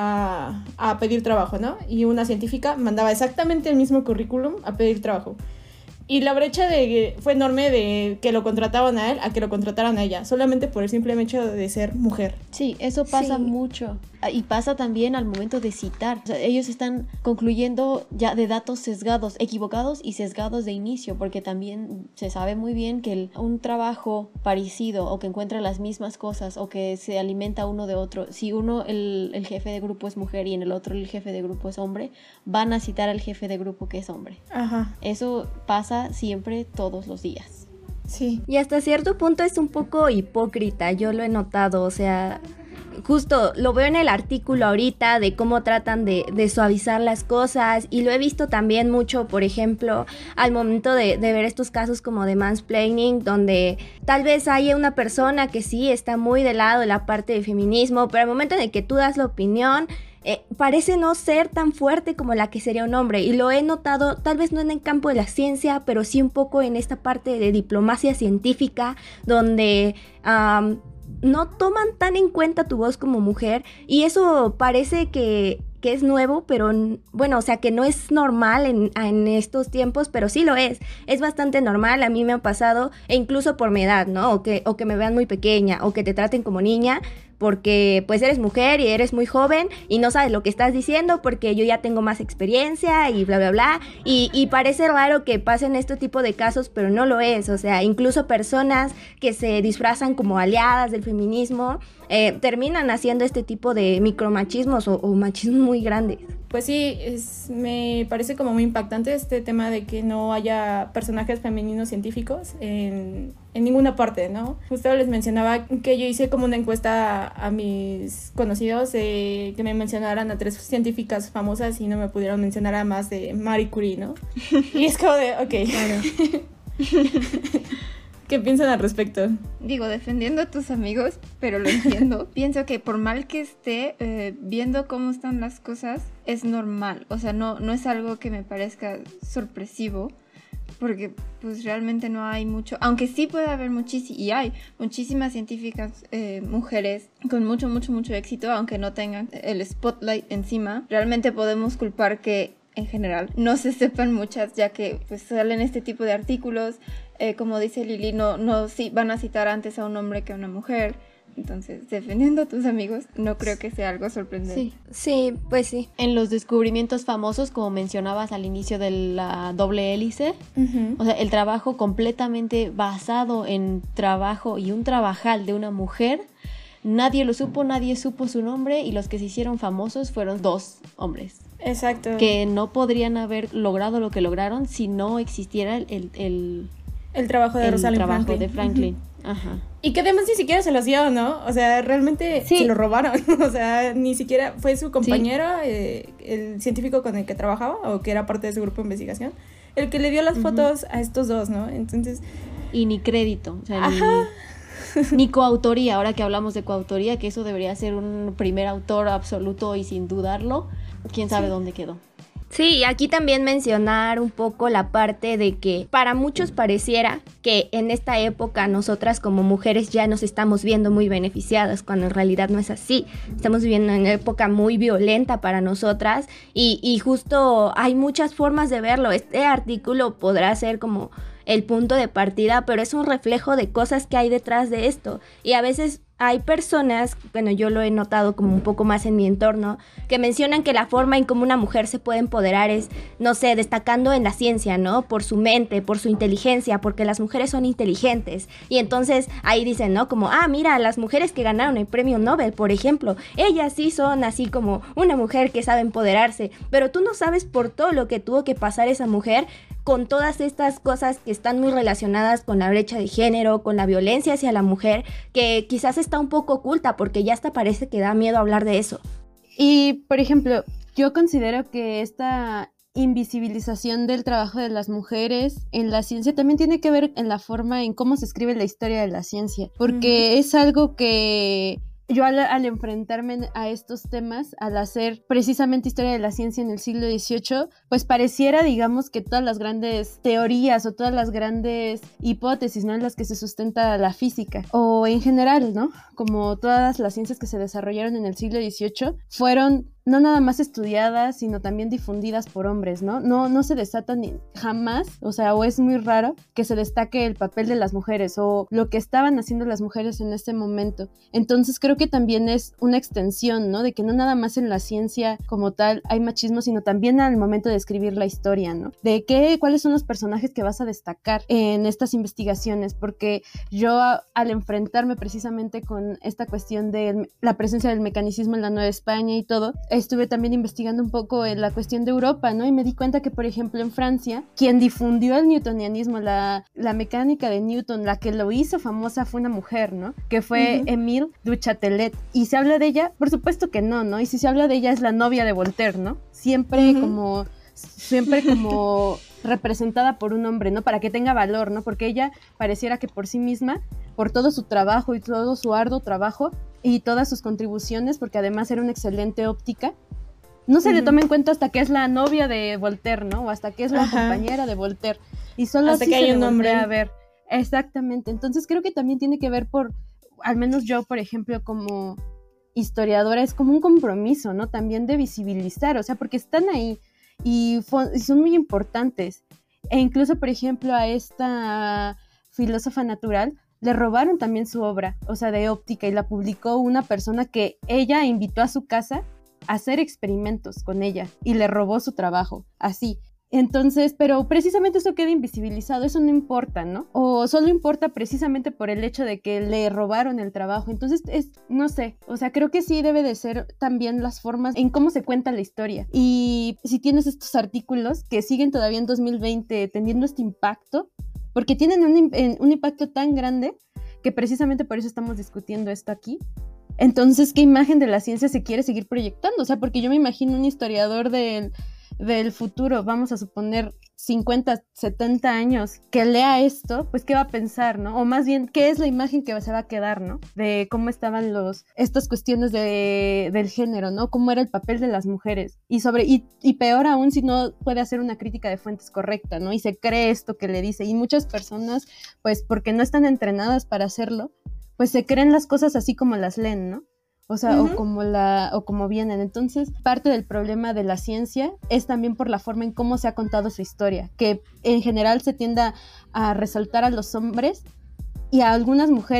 a, a pedir trabajo, ¿no? Y una científica mandaba exactamente el mismo currículum a pedir trabajo. Y la brecha de, fue enorme de que lo contrataban a él a que lo contrataran a ella, solamente por el simple hecho de ser mujer. Sí, eso pasa Sí. mucho. Y pasa también al momento de citar. O sea, ellos están concluyendo ya de datos sesgados, equivocados y sesgados de inicio, porque también se sabe muy bien que el, un trabajo parecido o que encuentra las mismas cosas o que se alimenta uno de otro, si uno, el, el jefe de grupo es mujer y en el otro el jefe de grupo es hombre, van a citar al jefe de grupo que es hombre. Ajá. Eso pasa siempre, todos los días. Sí. Y hasta cierto punto es un poco hipócrita, yo lo he notado, o sea... Justo lo veo en el artículo ahorita de cómo tratan de, de suavizar las cosas, y lo he visto también mucho, por ejemplo, al momento de, de ver estos casos como de mansplaining, donde tal vez haya una persona que sí está muy del lado de la parte de feminismo, pero al momento en el que tú das la opinión, eh, parece no ser tan fuerte como la que sería un hombre, y lo he notado tal vez no en el campo de la ciencia, pero sí un poco en esta parte de diplomacia científica, donde... Um, no toman tan en cuenta tu voz como mujer, y eso parece que, que es nuevo, pero bueno, o sea, que no es normal en, en estos tiempos, pero sí lo es, es bastante normal. A mí me ha pasado, e incluso por mi edad, ¿no? O que, o que me vean muy pequeña, o que te traten como niña, porque pues eres mujer y eres muy joven y no sabes lo que estás diciendo porque yo ya tengo más experiencia y bla, bla, bla. Y, y parece raro que pasen este tipo de casos, pero no lo es. O sea, incluso personas que se disfrazan como aliadas del feminismo eh, terminan haciendo este tipo de micromachismos o, o machismos muy grandes. Pues sí, es, me parece como muy impactante este tema de que no haya personajes femeninos científicos en, en ninguna parte, ¿no? Justo les mencionaba que yo hice como una encuesta a, a mis conocidos eh, que me mencionaran a tres científicas famosas y no me pudieron mencionar a más de Marie Curie, ¿no? Y es como de, ok, claro. ¿Qué piensan al respecto? Digo, defendiendo a tus amigos, pero lo entiendo. Pienso que por mal que esté, eh, viendo cómo están las cosas, es normal. O sea, no, no es algo que me parezca sorpresivo, porque pues realmente no hay mucho, aunque sí puede haber muchísimas, y hay muchísimas científicas eh, mujeres con mucho, mucho, mucho éxito, aunque no tengan el spotlight encima. Realmente podemos culpar que en general no se sepan muchas, ya que pues salen este tipo de artículos. Eh, como dice Lili, no, no sí, van a citar antes a un hombre que a una mujer, Entonces, defendiendo a tus amigos, no creo que sea algo sorprendente. Sí. Sí, pues sí. En los descubrimientos famosos, como mencionabas al inicio de la doble hélice, Uh-huh. o sea, el trabajo completamente basado en trabajo y un trabajal de una mujer, nadie lo supo, nadie supo su nombre, y los que se hicieron famosos fueron dos hombres, Exacto. que no podrían haber logrado lo que lograron si no existiera el, el, el, El trabajo de el Rosalind trabajo Franklin. de Franklin. Ujú. Ajá. Y que además ni siquiera se los dio, ¿no? O sea, realmente Sí. se lo robaron. O sea, ni siquiera fue su compañero, eh, el científico con el que trabajaba, o que era parte de su grupo de investigación, el que le dio las Ujú. fotos a estos dos, ¿no? Entonces, Y ni crédito, o sea, Ajá. ni, ni coautoría. Ahora que hablamos de coautoría, que eso debería ser un primer autor absoluto y sin dudarlo, quién sabe Sí. dónde quedó. Sí, y aquí también mencionar un poco la parte de que para muchos pareciera que en esta época nosotras como mujeres ya nos estamos viendo muy beneficiadas, cuando en realidad no es así. Estamos viviendo en una época muy violenta para nosotras y, y justo hay muchas formas de verlo. Este artículo podrá ser como el punto de partida, pero es un reflejo de cosas que hay detrás de esto. Y a veces hay personas, bueno, yo lo he notado como un poco más en mi entorno, que mencionan que la forma en cómo una mujer se puede empoderar es, no sé, destacando en la ciencia, ¿no? Por su mente, por su inteligencia, porque las mujeres son inteligentes. Y entonces ahí dicen, ¿no? Como, ah, mira, las mujeres que ganaron el premio Nobel, por ejemplo, ellas sí son así como una mujer que sabe empoderarse, pero tú no sabes por todo lo que tuvo que pasar esa mujer con todas estas cosas que están muy relacionadas con la brecha de género, con la violencia hacia la mujer, que quizás está un poco oculta porque ya hasta parece que da miedo hablar de eso. Y, por ejemplo, yo considero que esta invisibilización del trabajo de las mujeres en la ciencia también tiene que ver en la forma en cómo se escribe la historia de la ciencia, porque uh-huh. es algo que yo al, al enfrentarme a estos temas, al hacer precisamente historia de la ciencia en el siglo dieciocho, pues pareciera, digamos, que todas las grandes teorías o todas las grandes hipótesis, ¿no?, en las que se sustenta la física, o en general, ¿no?, como todas las ciencias que se desarrollaron en el siglo dieciocho, fueron no nada más estudiadas, sino también difundidas por hombres, ¿no? No, no se desata ni jamás, o sea, o es muy raro que se destaque el papel de las mujeres o lo que estaban haciendo las mujeres en este momento. Entonces creo que también es una extensión, ¿no? De que no nada más en la ciencia como tal hay machismo, sino también al momento de escribir la historia, ¿no? De qué, cuáles son los personajes que vas a destacar en estas investigaciones, porque yo al enfrentarme precisamente con esta cuestión de la presencia del mecanicismo en la Nueva España y todo, estuve también investigando un poco en la cuestión de Europa, ¿no? Y me di cuenta que, por ejemplo, en Francia, quien difundió el newtonianismo, la, la mecánica de Newton, la que lo hizo famosa fue una mujer, ¿no? Que fue uh-huh. Émile du Châtelet. ¿Y se habla de ella? Por supuesto que no, ¿no? Y si se habla de ella es la novia de Voltaire, ¿no? Siempre uh-huh. como... siempre como representada por un hombre, ¿no? Para que tenga valor, ¿no? Porque ella pareciera que por sí misma, por todo su trabajo y todo su arduo trabajo y todas sus contribuciones, porque además era una excelente óptica, no se uh-huh. le toma en cuenta hasta que es la novia de Voltaire, ¿no? O hasta que es la Ajá. compañera de Voltaire. Y solo hasta así que hay se un le nombre a ver. Exactamente. Entonces creo que también tiene que ver por, al menos yo, por ejemplo, como historiadora, es como un compromiso, ¿no? También de visibilizar, o sea, porque están ahí y, fo- y son muy importantes. E incluso, por ejemplo, a esta filósofa natural le robaron también su obra, o sea, de óptica, y la publicó una persona que ella invitó a su casa a hacer experimentos con ella y le robó su trabajo, así. Entonces, pero precisamente eso queda invisibilizado, eso no importa, ¿no? O solo importa precisamente por el hecho de que le robaron el trabajo. Entonces, es, no sé, o sea, creo que sí debe de ser también las formas en cómo se cuenta la historia. Y si tienes estos artículos que siguen todavía en dos mil veinte teniendo este impacto, porque tienen un, un impacto tan grande que precisamente por eso estamos discutiendo esto aquí. Entonces, ¿qué imagen de la ciencia se quiere seguir proyectando? O sea, porque yo me imagino un historiador del, del futuro, vamos a suponer cincuenta, setenta años, que lea esto, pues ¿qué va a pensar, no? O más bien, ¿qué es la imagen que se va a quedar, no? De cómo estaban los, estas cuestiones de, del género, ¿no? Cómo era el papel de las mujeres. Y sobre, y, y peor aún si no puede hacer una crítica de fuentes correcta, ¿no? Y se cree esto que le dice. Y muchas personas, pues porque no están entrenadas para hacerlo, pues se creen las cosas así como las leen, ¿no? O sea, uh-huh. o como la, o como vienen. Entonces, parte del problema de la ciencia es también por la forma en cómo se ha contado su historia, que en general se tiende a resaltar a los hombres y a algunas mujeres,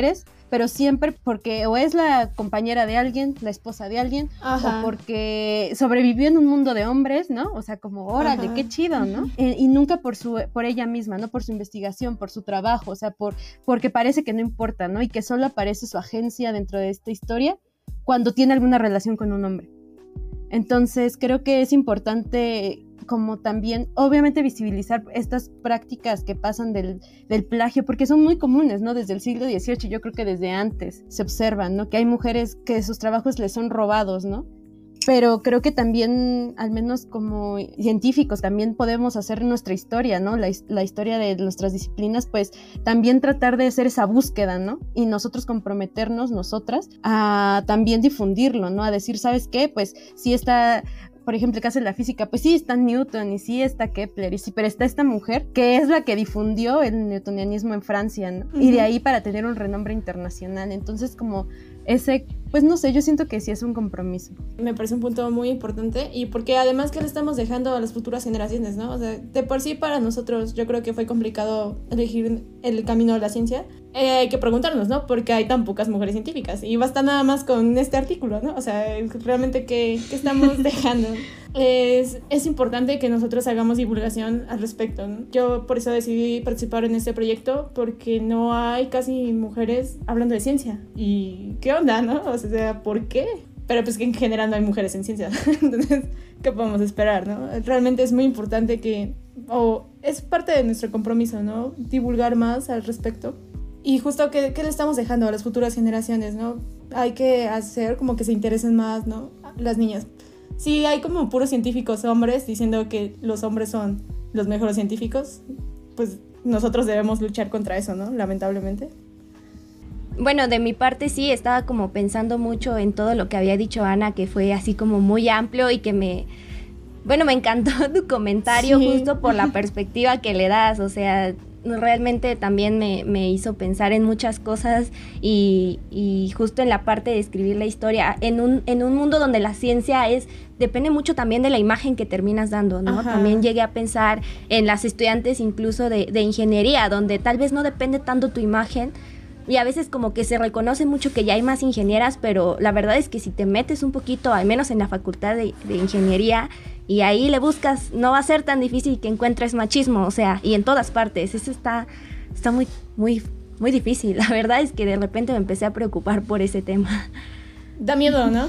pero siempre porque o es la compañera de alguien, la esposa de alguien, Ajá. o porque sobrevivió en un mundo de hombres, ¿no? O sea, como, órale, Ajá. qué chido, ¿no? Eh, y nunca por su por ella misma, ¿no? Por su investigación, por su trabajo, o sea, por porque parece que no importa, ¿no? Y que solo aparece su agencia dentro de esta historia cuando tiene alguna relación con un hombre. Entonces, creo que es importante como también, obviamente, visibilizar estas prácticas que pasan del, del plagio, porque son muy comunes, ¿no? Desde el siglo dieciocho, yo creo que desde antes se observan, ¿no? Que hay mujeres que sus trabajos les son robados, ¿no? Pero creo que también, al menos como científicos, también podemos hacer nuestra historia, ¿no? La, la historia de nuestras disciplinas, pues también tratar de hacer esa búsqueda, ¿no? Y nosotros comprometernos, nosotras, a también difundirlo, ¿no? A decir, ¿sabes qué? Pues sí está... Por ejemplo, el caso de la física, pues sí está Newton y sí está Kepler, y sí, pero está esta mujer que es la que difundió el newtonianismo en Francia, ¿no? Uh-huh. Y de ahí para tener un renombre internacional. Entonces, como ese, pues no sé, yo siento que sí es un compromiso. Me parece un punto muy importante, y porque además que le estamos dejando a las futuras generaciones, ¿no? O sea, de por sí para nosotros yo creo que fue complicado elegir el camino de la ciencia. Eh, hay que preguntarnos, ¿no? Porque hay tan pocas mujeres científicas, y basta nada más con este artículo, ¿no? O sea, realmente ¿qué, qué estamos dejando? Es, es importante que nosotros hagamos divulgación al respecto, ¿no? Yo por eso decidí participar en este proyecto, porque no hay casi mujeres hablando de ciencia. ¿Y qué onda, no? O sea, ¿por qué? Pero pues que en general no hay mujeres en ciencia. Entonces, ¿qué podemos esperar, no? Realmente es muy importante que, o es parte de nuestro compromiso, ¿no? Divulgar más al respecto. Y justo, ¿qué, qué le estamos dejando a las futuras generaciones, no? Hay que hacer como que se interesen más, ¿no? Las niñas. Sí, hay como puros científicos hombres diciendo que los hombres son los mejores científicos, pues nosotros debemos luchar contra eso, ¿no? Lamentablemente. Bueno, de mi parte sí, estaba como pensando mucho en todo lo que había dicho Ana, que fue así como muy amplio y que me... Bueno, me encantó tu comentario, sí. Justo por la perspectiva que le das, o sea... Realmente también me, me hizo pensar en muchas cosas y, y justo en la parte de escribir la historia, en un, en un mundo donde la ciencia es, depende mucho también de la imagen que terminas dando, ¿no? Ajá. También llegué a pensar en las estudiantes incluso de, de ingeniería, donde tal vez no depende tanto tu imagen, y a veces como que se reconoce mucho que ya hay más ingenieras, pero la verdad es que si te metes un poquito, al menos en la facultad de, de ingeniería, y ahí le buscas, no va a ser tan difícil que encuentres machismo, o sea, y en todas partes, eso está, está muy, muy, muy difícil. La verdad es que de repente me empecé a preocupar por ese tema. Da miedo, ¿no?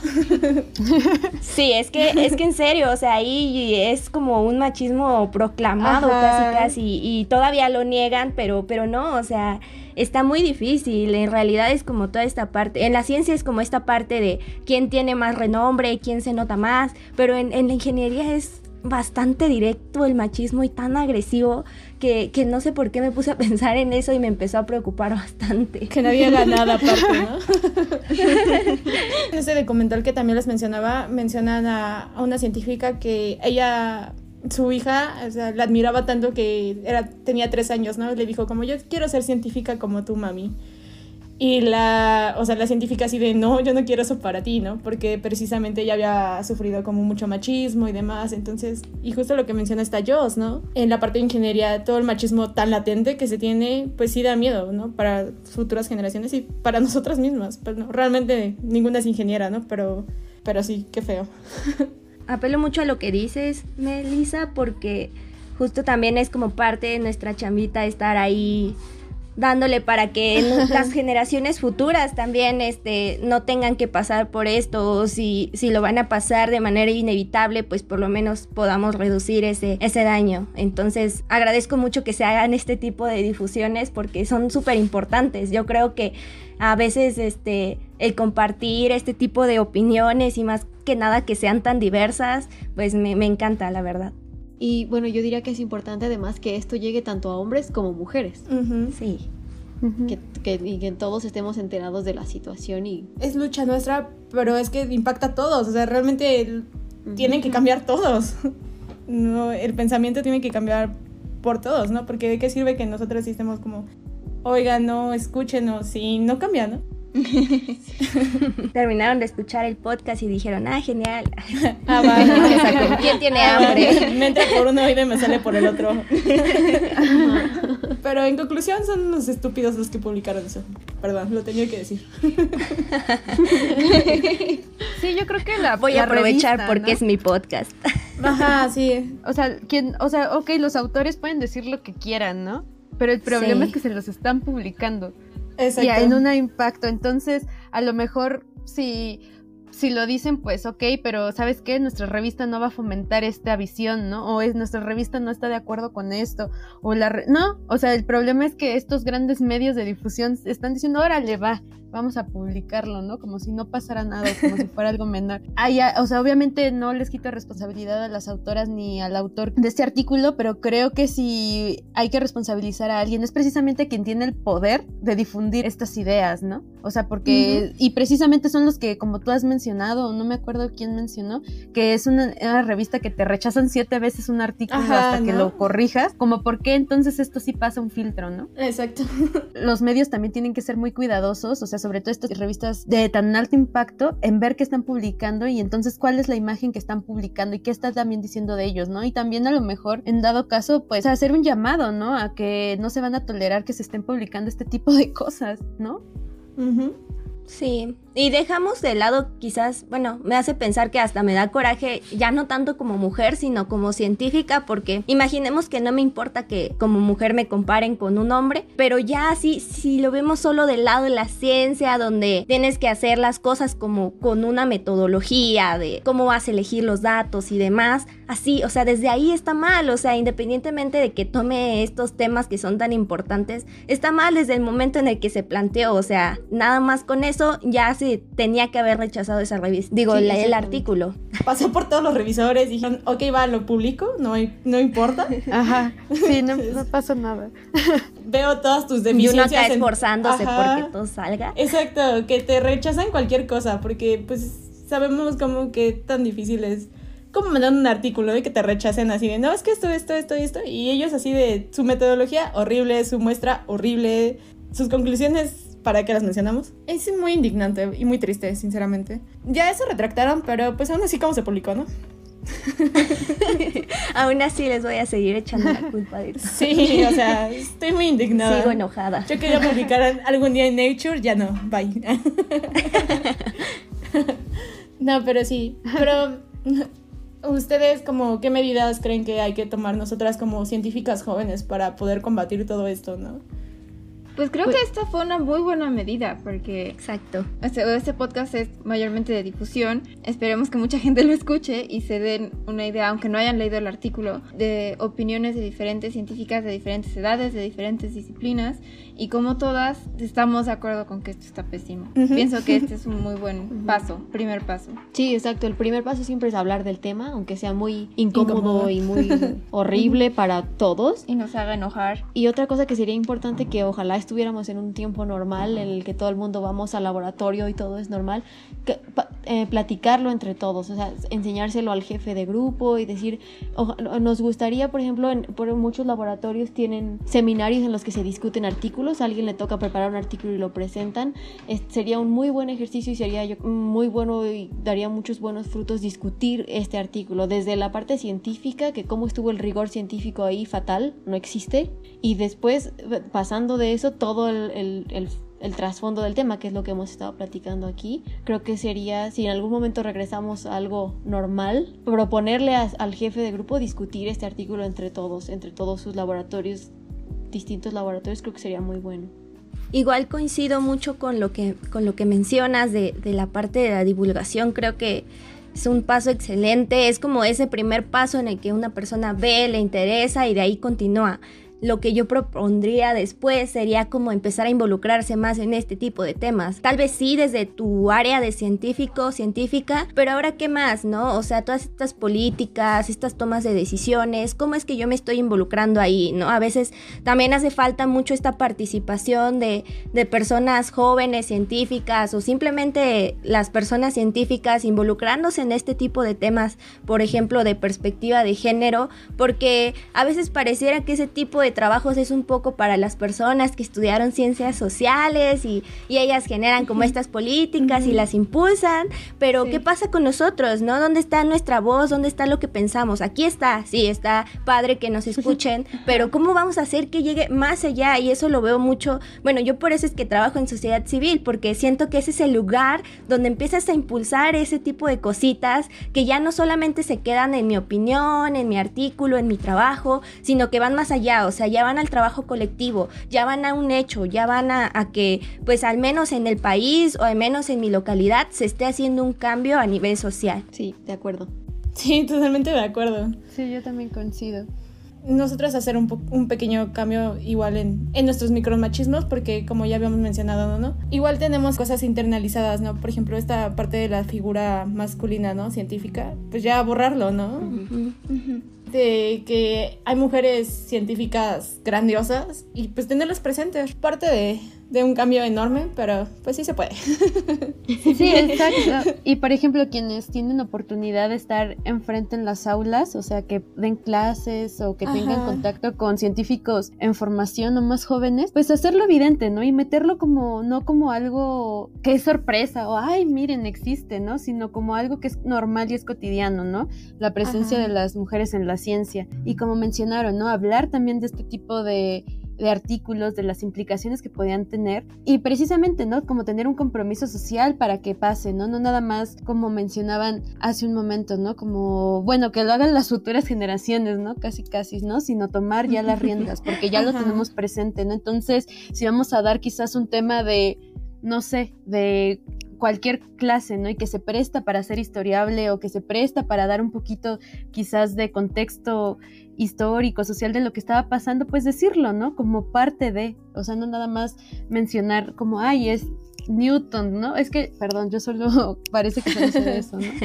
Sí, es que, es que en serio, o sea, ahí es como un machismo proclamado. Ajá. casi casi, y todavía lo niegan, pero, pero no, o sea, está muy difícil. En realidad es como toda esta parte, en la ciencia es como esta parte de quién tiene más renombre, quién se nota más, pero en, en la ingeniería es bastante directo el machismo y tan agresivo que, que no sé por qué me puse a pensar en eso y me empezó a preocupar bastante. Que no había ganado aparte, ¿no? En ese documental que también les mencionaba, mencionan a, a una científica que ella, su hija, o sea, la admiraba tanto que era, tenía tres años, ¿no? Le dijo como, yo quiero ser científica como tú, mami. Y la, o sea, la científica así de, no, yo no quiero eso para ti, ¿no? Porque precisamente ella había sufrido como mucho machismo y demás, entonces, y justo lo que menciona esta Joss, ¿no? En la parte de ingeniería, todo el machismo tan latente que se tiene, pues sí da miedo, ¿no? Para futuras generaciones y para nosotras mismas. Pues no, realmente ninguna es ingeniera, ¿no? Pero, pero sí, qué feo. Apelo mucho a lo que dices, Melissa, porque justo también es como parte de nuestra chambita estar ahí dándole para que las generaciones futuras también este, no tengan que pasar por esto, o si, si lo van a pasar de manera inevitable, pues por lo menos podamos reducir ese, ese daño. Entonces agradezco mucho que se hagan este tipo de difusiones porque son súper importantes. Yo creo que a veces este, el compartir este tipo de opiniones y más que nada que sean tan diversas, pues me, me encanta, la verdad. Y bueno, yo diría que es importante además que esto llegue tanto a hombres como mujeres. Uh-huh. Sí. Uh-huh. Que, que, y que todos estemos enterados de la situación. Y es lucha nuestra, pero es que impacta a todos. O sea, realmente el, uh-huh. tienen que cambiar todos. No, el pensamiento tiene que cambiar por todos, ¿no? Porque ¿de qué sirve que nosotros estemos como, oigan, no, escúchenos, y no cambia, ¿no? Terminaron de escuchar el podcast y dijeron, ah, genial. Ah, vale. O sea, ¿con quién tiene hambre? Me entra por un oído y me sale por el otro. Pero Pero en conclusión son unos estúpidos los que publicaron eso. Perdón, lo tenía que decir. Sí, yo creo que la Voy la a aprovechar revista, porque ¿no? es mi podcast. Ajá, sí. O sea, quien, o sea, ok, los autores pueden decir lo que quieran, ¿no? Pero el problema Sí. es que se los están publicando. Exacto. Y en un impacto. Entonces, a lo mejor, si, si lo dicen, pues ok, pero ¿sabes qué? Nuestra revista no va a fomentar esta visión, ¿no? O es nuestra revista no está de acuerdo con esto. O la re- no, o sea, el problema es que estos grandes medios de difusión están diciendo, órale, va, vamos a publicarlo, ¿no? Como si no pasara nada, como si fuera algo menor. Ah, ya, o sea, obviamente no les quito responsabilidad a las autoras ni al autor de este artículo, pero creo que si hay que responsabilizar a alguien, es precisamente quien tiene el poder de difundir estas ideas, ¿no? O sea, porque, uh-huh. y precisamente son los que, como tú has mencionado, no me acuerdo quién mencionó, que es una, una revista que te rechazan siete veces un artículo Ajá, hasta ¿no? que lo corrijas, como por qué entonces esto sí pasa un filtro, ¿no? Exacto. Los medios también tienen que ser muy cuidadosos, o sea, sobre todo estas revistas de tan alto impacto, en ver qué están publicando y entonces cuál es la imagen que están publicando y qué está también diciendo de ellos, ¿no? Y también a lo mejor, en dado caso, pues hacer un llamado, ¿no? A que no se van a tolerar que se estén publicando este tipo de cosas, ¿no? Uh-huh. Sí, y dejamos de lado quizás, bueno, me hace pensar que hasta me da coraje, ya no tanto como mujer, sino como científica, porque imaginemos que no me importa que como mujer me comparen con un hombre, pero ya así, si lo vemos solo del lado de la ciencia, donde tienes que hacer las cosas como con una metodología de cómo vas a elegir los datos y demás, así, o sea, desde ahí está mal, o sea, independientemente de que tome estos temas que son tan importantes, está mal desde el momento en el que se planteó, o sea, nada más con eso ya se tenía que haber rechazado esa revista, digo, Sí, la, el sí. artículo. Pasó por todos los revisores, dijeron, ok, va, lo publico, no, hay- no importa. Ajá, sí, no, no pasa nada. Veo todas tus Y deficiencias. uno acá en- esforzándose Ajá. porque todo salga. Exacto, que te rechazan cualquier cosa, porque pues sabemos como que tan difícil es como mandar un artículo y que te rechacen así de, no, es que esto, esto, esto y esto, y ellos así de, su metodología horrible, su muestra horrible, sus conclusiones, ¿para qué las mencionamos? Es muy indignante y muy triste, sinceramente. Ya eso retractaron, pero pues aún así como se publicó, ¿no? Aún así les voy a seguir echando la culpa de esto. Sí, o sea, estoy muy indignada. Sigo enojada. Yo quería publicar algún día en Nature, ya no, bye. No, pero sí, pero ustedes como qué medidas creen que hay que tomar nosotras como científicas jóvenes para poder combatir todo esto, ¿no? Pues creo Pues- que esta fue una muy buena medida, porque Exacto. este, este podcast es mayormente de difusión. Esperemos que mucha gente lo escuche y se den una idea, aunque no hayan leído el artículo, de opiniones de diferentes científicas de diferentes edades, de diferentes disciplinas, y como todas estamos de acuerdo con que esto está pésimo. Ujú. Pienso que este es un muy buen paso, primer paso. Sí, exacto. El primer paso siempre es hablar del tema, aunque sea muy incómodo, Incómodo. y muy horrible para todos. Y nos haga enojar. Y otra cosa que sería importante, que ojalá estuviéramos en un tiempo normal en el que todo el mundo vamos al laboratorio y todo es normal, que, pa- eh, platicarlo entre todos, o sea, enseñárselo al jefe de grupo y decir, oja- nos gustaría, por ejemplo, en, por muchos laboratorios tienen seminarios en los que se discuten artículos, a alguien le toca preparar un artículo y lo presentan. Es- sería un muy buen ejercicio y sería yo, muy bueno y daría muchos buenos frutos discutir este artículo, desde la parte científica, que cómo estuvo el rigor científico ahí, fatal, no existe, y después, pasando de eso, todo el, el, el, el trasfondo del tema, que es lo que hemos estado platicando aquí. Creo que sería, si en algún momento regresamos a algo normal, proponerle a- al jefe de grupo discutir este artículo entre todos, entre todos sus laboratorios, distintos laboratorios, creo que sería muy bueno. Igual coincido mucho con lo que, con lo que mencionas de, de la parte de la divulgación. Creo que es un paso excelente, es como ese primer paso en el que una persona ve, le interesa y de ahí continúa. Lo que yo propondría después sería como empezar a involucrarse más en este tipo de temas. Tal vez sí desde tu área de científico, científica, pero ahora qué más, ¿no? O sea, todas estas políticas, estas tomas de decisiones, ¿cómo es que yo me estoy involucrando ahí, ¿no? A veces también hace falta mucho esta participación de, de personas jóvenes, científicas, o simplemente las personas científicas involucrándose en este tipo de temas, por ejemplo, de perspectiva de género, porque a veces pareciera que ese tipo de trabajos es un poco para las personas que estudiaron ciencias sociales y, y ellas generan como estas políticas y las impulsan, pero sí. ¿Qué pasa con nosotros, no? ¿Dónde está nuestra voz? ¿Dónde está lo que pensamos? Aquí está, sí, está padre que nos escuchen, pero ¿cómo vamos a hacer que llegue más allá? Y eso lo veo mucho, bueno, yo por eso es que trabajo en sociedad civil, porque siento que ese es el lugar donde empiezas a impulsar ese tipo de cositas que ya no solamente se quedan en mi opinión, en mi artículo, en mi trabajo, sino que van más allá, o sea, ya van al trabajo colectivo, ya van a un hecho, ya van a, a que, pues al menos en el país o al menos en mi localidad se esté haciendo un cambio a nivel social. Sí, de acuerdo. Sí, totalmente de acuerdo. Sí, yo también coincido. Nosotros hacer un, po- un pequeño cambio igual en, en nuestros micromachismos, porque como ya habíamos mencionado, ¿no? Igual tenemos cosas internalizadas, ¿no? Por ejemplo, esta parte de la figura masculina, ¿no? Científica, pues ya borrarlo, ¿no? Uh-huh. Uh-huh. De que hay mujeres científicas grandiosas y pues tenerlas presentes. Parte de, de un cambio enorme, pero pues sí se puede. Sí, exacto. Y por ejemplo, quienes tienen oportunidad de estar enfrente en las aulas, o sea, que den clases o que tengan Ajá. contacto con científicos en formación o más jóvenes, pues hacerlo evidente, ¿no? Y meterlo como, no como algo que es sorpresa o, ay, miren, existe, ¿no? Sino como algo que es normal y es cotidiano, ¿no? La presencia Ajá. de las mujeres en la ciencia. Y como mencionaron, ¿no? Hablar también de este tipo de, de artículos, de las implicaciones que podían tener y precisamente, ¿no? Como tener un compromiso social para que pase, ¿no? No nada más como mencionaban hace un momento, ¿no? Como, bueno, que lo hagan las futuras generaciones, ¿no? Casi, casi, ¿no? Sino tomar ya las riendas porque ya Ajá. lo tenemos presente, ¿no? Entonces, si vamos a dar quizás un tema de, no sé, de cualquier clase, ¿no? Y que se presta para ser historiable o que se presta para dar un poquito quizás de contexto histórico, social de lo que estaba pasando, pues decirlo, ¿no? Como parte de, o sea, no nada más mencionar como, ay, es Newton, ¿no? Es que, perdón, yo solo parece que solo sé de eso, ¿no?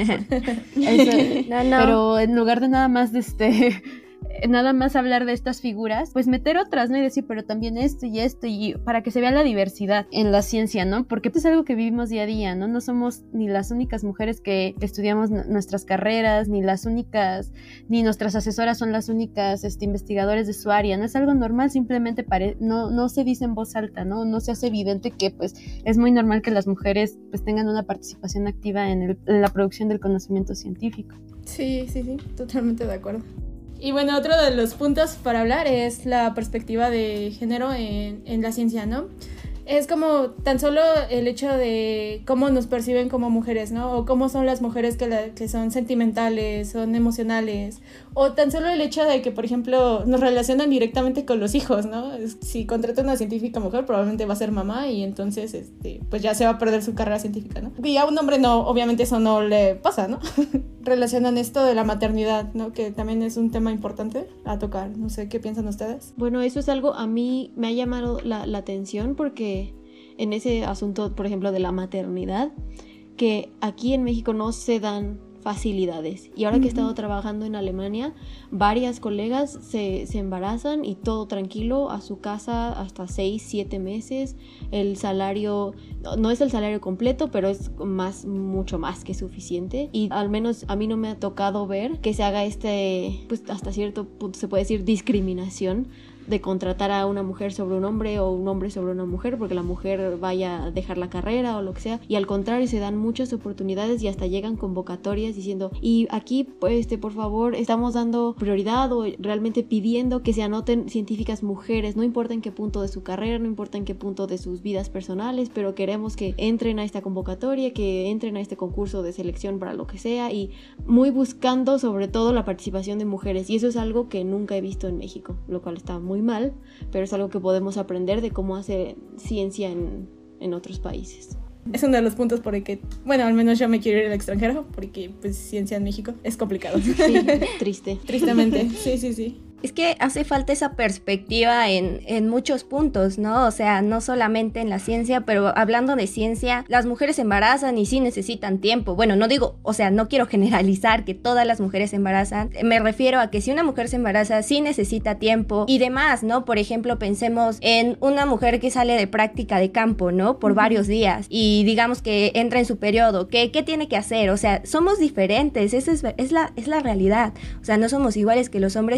Eso, no, no. Pero en lugar de nada más de este... nada más hablar de estas figuras, pues meter otras, ¿no? Y decir, pero también esto y esto, y para que se vea la diversidad en la ciencia, ¿no? Porque es algo que vivimos día a día, ¿no? No somos ni las únicas mujeres que estudiamos n- nuestras carreras, ni las únicas, ni nuestras asesoras son las únicas este, investigadores de su área, ¿no? Es algo normal, simplemente pare- no, no se dice en voz alta, ¿no? No se hace evidente que, pues, es muy normal que las mujeres, pues, tengan una participación activa en, el, en la producción del conocimiento científico. Sí, sí, sí, totalmente de acuerdo. Y bueno, otro de los puntos para hablar es la perspectiva de género en, en la ciencia, ¿no? Es como tan solo el hecho de cómo nos perciben como mujeres, ¿no? O cómo son las mujeres que, la, que son sentimentales, son emocionales. O tan solo el hecho de que, por ejemplo, nos relacionan directamente con los hijos, ¿no? Si contratan a una científica mujer, probablemente va a ser mamá y entonces, este, pues ya se va a perder su carrera científica, ¿no? Y a un hombre no, obviamente eso no le pasa, ¿no? Relacionan esto de la maternidad, ¿no? Que también es un tema importante a tocar. No sé, ¿qué piensan ustedes? Bueno, eso es algo a mí me ha llamado la, la atención porque en ese asunto, por ejemplo, de la maternidad, que aquí en México no se dan facilidades. Y ahora uh-huh. que he estado trabajando en Alemania, varias colegas se, se embarazan y todo tranquilo, a su casa hasta seis, siete meses. El salario, no, no es el salario completo, pero es más, mucho más que suficiente. Y al menos a mí no me ha tocado ver que se haga este, pues hasta cierto punto se puede decir discriminación de contratar a una mujer sobre un hombre o un hombre sobre una mujer porque la mujer vaya a dejar la carrera o lo que sea, y al contrario se dan muchas oportunidades y hasta llegan convocatorias diciendo, y aquí pues este, por favor estamos dando prioridad o realmente pidiendo que se anoten científicas mujeres, no importa en qué punto de su carrera, no importa en qué punto de sus vidas personales, pero queremos que entren a esta convocatoria, que entren a este concurso de selección para lo que sea, y muy buscando sobre todo la participación de mujeres, y eso es algo que nunca he visto en México, lo cual está muy mal, pero es algo que podemos aprender de cómo hacer ciencia en, en otros países. Es uno de los puntos por el que, bueno, al menos yo me quiero ir al extranjero, porque pues ciencia en México es complicado. Sí, triste. Tristemente, sí, sí, sí. Es que hace falta esa perspectiva en, en muchos puntos, ¿no? O sea, no solamente en la ciencia, pero hablando de ciencia, las mujeres se embarazan y sí necesitan tiempo. Bueno, no digo, o sea, no quiero generalizar que todas las mujeres se embarazan. Me refiero a que si una mujer se embaraza, sí necesita tiempo y demás, ¿no? Por ejemplo, pensemos en una mujer que sale de práctica de campo, ¿no? Por uh-huh. varios días y digamos que entra en su periodo. ¿Qué, qué tiene que hacer? O sea, somos diferentes, esa es, es, la, es la realidad. O sea, no somos iguales que los hombres y no... Eso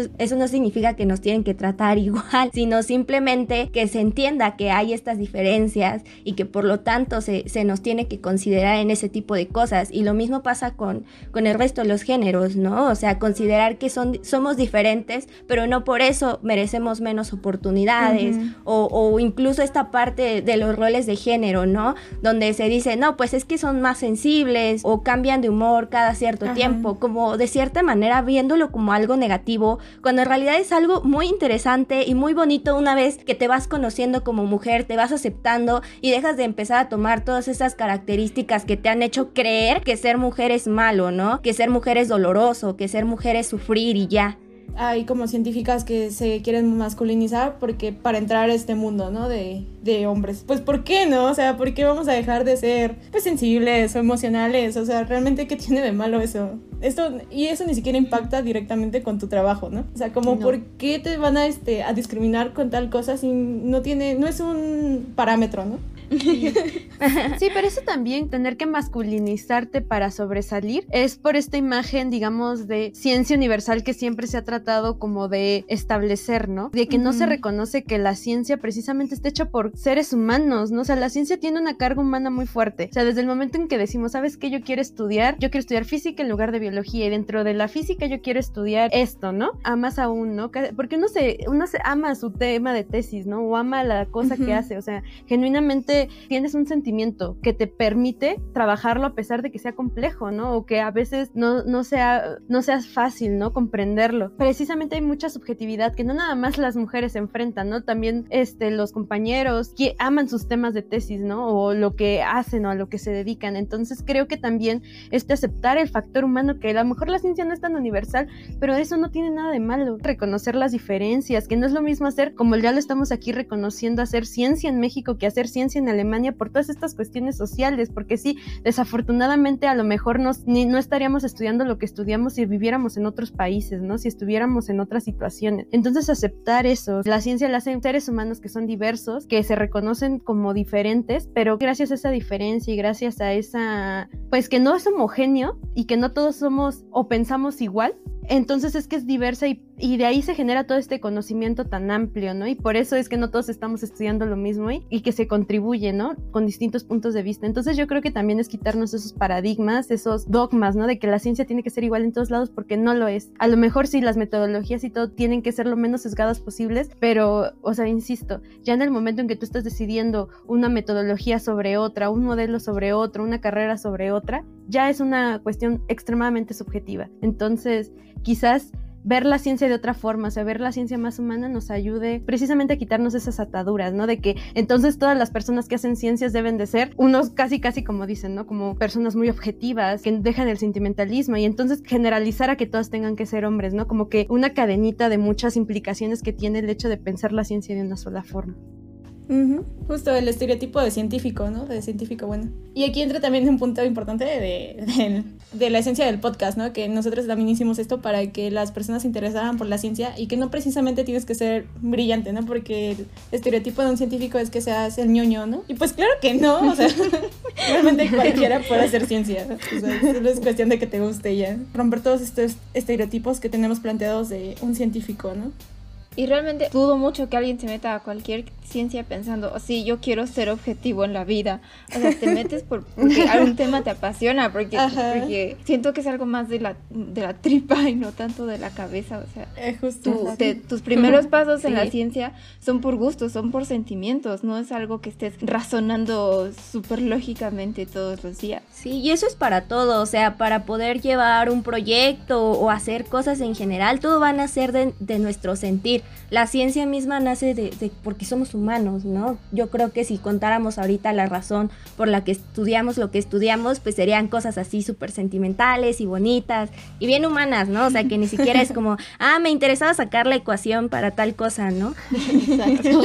eso no significa que nos tienen que tratar igual, sino simplemente que se entienda que hay estas diferencias y que por lo tanto se, se nos tiene que considerar en ese tipo de cosas. Y lo mismo pasa con, con el resto de los géneros, ¿no? O sea, considerar que son, somos diferentes, pero no por eso merecemos menos oportunidades, uh-huh. o, o incluso esta parte de los roles de género, ¿no? Donde se dice, no, pues es que son más sensibles o cambian de humor cada cierto uh-huh. tiempo, como de cierta manera viéndolo como algo negativo, cuando en realidad es algo muy interesante y muy bonito una vez que te vas conociendo como mujer, te vas aceptando y dejas de empezar a tomar todas esas características que te han hecho creer que ser mujer es malo, ¿no? Que ser mujer es doloroso, que ser mujer es sufrir y ya. Hay como científicas que se quieren masculinizar porque para entrar a este mundo, ¿no? De, de hombres. Pues ¿por qué no? O sea, ¿por qué vamos a dejar de ser pues sensibles o emocionales? O sea, ¿realmente qué tiene de malo eso? Esto, y eso ni siquiera impacta directamente con tu trabajo, ¿no? O sea, como no. ¿Por qué te van a, este, a discriminar con tal cosa si no tiene, no es un parámetro, ¿no? Sí. Sí, pero eso también, tener que masculinizarte para sobresalir, es por esta imagen, digamos, de ciencia universal que siempre se ha tratado como de establecer, ¿no? De que uh-huh. no se reconoce que la ciencia precisamente está hecha por seres humanos, ¿no? O sea, la ciencia tiene una carga humana muy fuerte. O sea, desde el momento en que decimos, ¿sabes qué? Yo quiero estudiar, yo quiero estudiar física en lugar de biología, y dentro de la física yo quiero estudiar esto, ¿no? Amas aún, ¿no? Porque uno se, uno se ama su tema de tesis, ¿no? O ama la cosa uh-huh. que hace, o sea, genuinamente tienes un sentimiento que te permite trabajarlo a pesar de que sea complejo, ¿no? O que a veces no, no sea, no sea fácil, ¿no? Comprenderlo. Precisamente hay mucha subjetividad que no nada más las mujeres se enfrentan, ¿no? También este, los compañeros que aman sus temas de tesis, ¿no? O lo que hacen o a lo que se dedican. Entonces creo que también este aceptar el factor humano, que a lo mejor la ciencia no es tan universal, pero eso no tiene nada de malo. Reconocer las diferencias, que no es lo mismo hacer, como ya lo estamos aquí reconociendo, hacer ciencia en México que hacer ciencia en Alemania por todas estas cuestiones sociales, porque sí, desafortunadamente a lo mejor nos, ni, no estaríamos estudiando lo que estudiamos si viviéramos en otros países, ¿no? Si estuviéramos en otras situaciones. Entonces aceptar eso, la ciencia la hacen seres humanos que son diversos, que se reconocen como diferentes, pero gracias a esa diferencia y gracias a esa, pues que no es homogéneo y que no todos somos o pensamos igual, entonces es que es diversa y, y de ahí se genera todo este conocimiento tan amplio, ¿no? Y por eso es que no todos estamos estudiando lo mismo y, y que se contribuye, ¿no? Con distintos puntos de vista. Entonces yo creo que también es quitarnos esos paradigmas, esos dogmas, ¿no? De que la ciencia tiene que ser igual en todos lados, porque no lo es. A lo mejor sí, las metodologías y todo tienen que ser lo menos sesgadas posibles, pero, o sea, insisto, ya en el momento en que tú estás decidiendo una metodología sobre otra, un modelo sobre otro, una carrera sobre otra, ya es una cuestión extremadamente subjetiva. Entonces, quizás ver la ciencia de otra forma, o sea, ver la ciencia más humana nos ayude precisamente a quitarnos esas ataduras, ¿no? De que entonces todas las personas que hacen ciencias deben de ser unos casi casi como dicen, ¿no? Como personas muy objetivas, que dejan el sentimentalismo y entonces generalizar a que todas tengan que ser hombres, ¿no? Como que una cadenita de muchas implicaciones que tiene el hecho de pensar la ciencia de una sola forma. Uh-huh. Justo el estereotipo de científico, ¿no? De científico bueno. Y aquí entra también un punto importante de, de, de la esencia del podcast, ¿no? Que nosotros también hicimos esto para que las personas se interesaran por la ciencia y que no precisamente tienes que ser brillante, ¿no? Porque el estereotipo de un científico es que seas el ñoño, ¿no? Y pues claro que no, o sea, realmente cualquiera puede hacer ciencia, ¿no? O sea, solo es cuestión de que te guste ya. Romper todos estos estereotipos que tenemos planteados de un científico, ¿no? Y realmente dudo mucho que alguien se meta a cualquier ciencia pensando, oh, sí, yo quiero ser objetivo en la vida. O sea, te metes por, porque algún tema te apasiona, porque, porque siento que es algo más de la, de la tripa y no tanto de la cabeza. O sea, es justo tu, te, tus primeros pasos sí. en la ciencia son por gusto, son por sentimientos, no es algo que estés razonando súper lógicamente todos los días. Sí, y eso es para todo, o sea, para poder llevar un proyecto o hacer cosas en general, todo va a nacer de, de nuestro sentir. La ciencia misma nace de, de porque somos humanos, ¿no? Yo creo que si contáramos ahorita la razón por la que estudiamos lo que estudiamos, pues serían cosas así súper sentimentales y bonitas y bien humanas, ¿no? O sea, que ni siquiera es como, ah, me interesaba sacar la ecuación para tal cosa, ¿no? Exacto.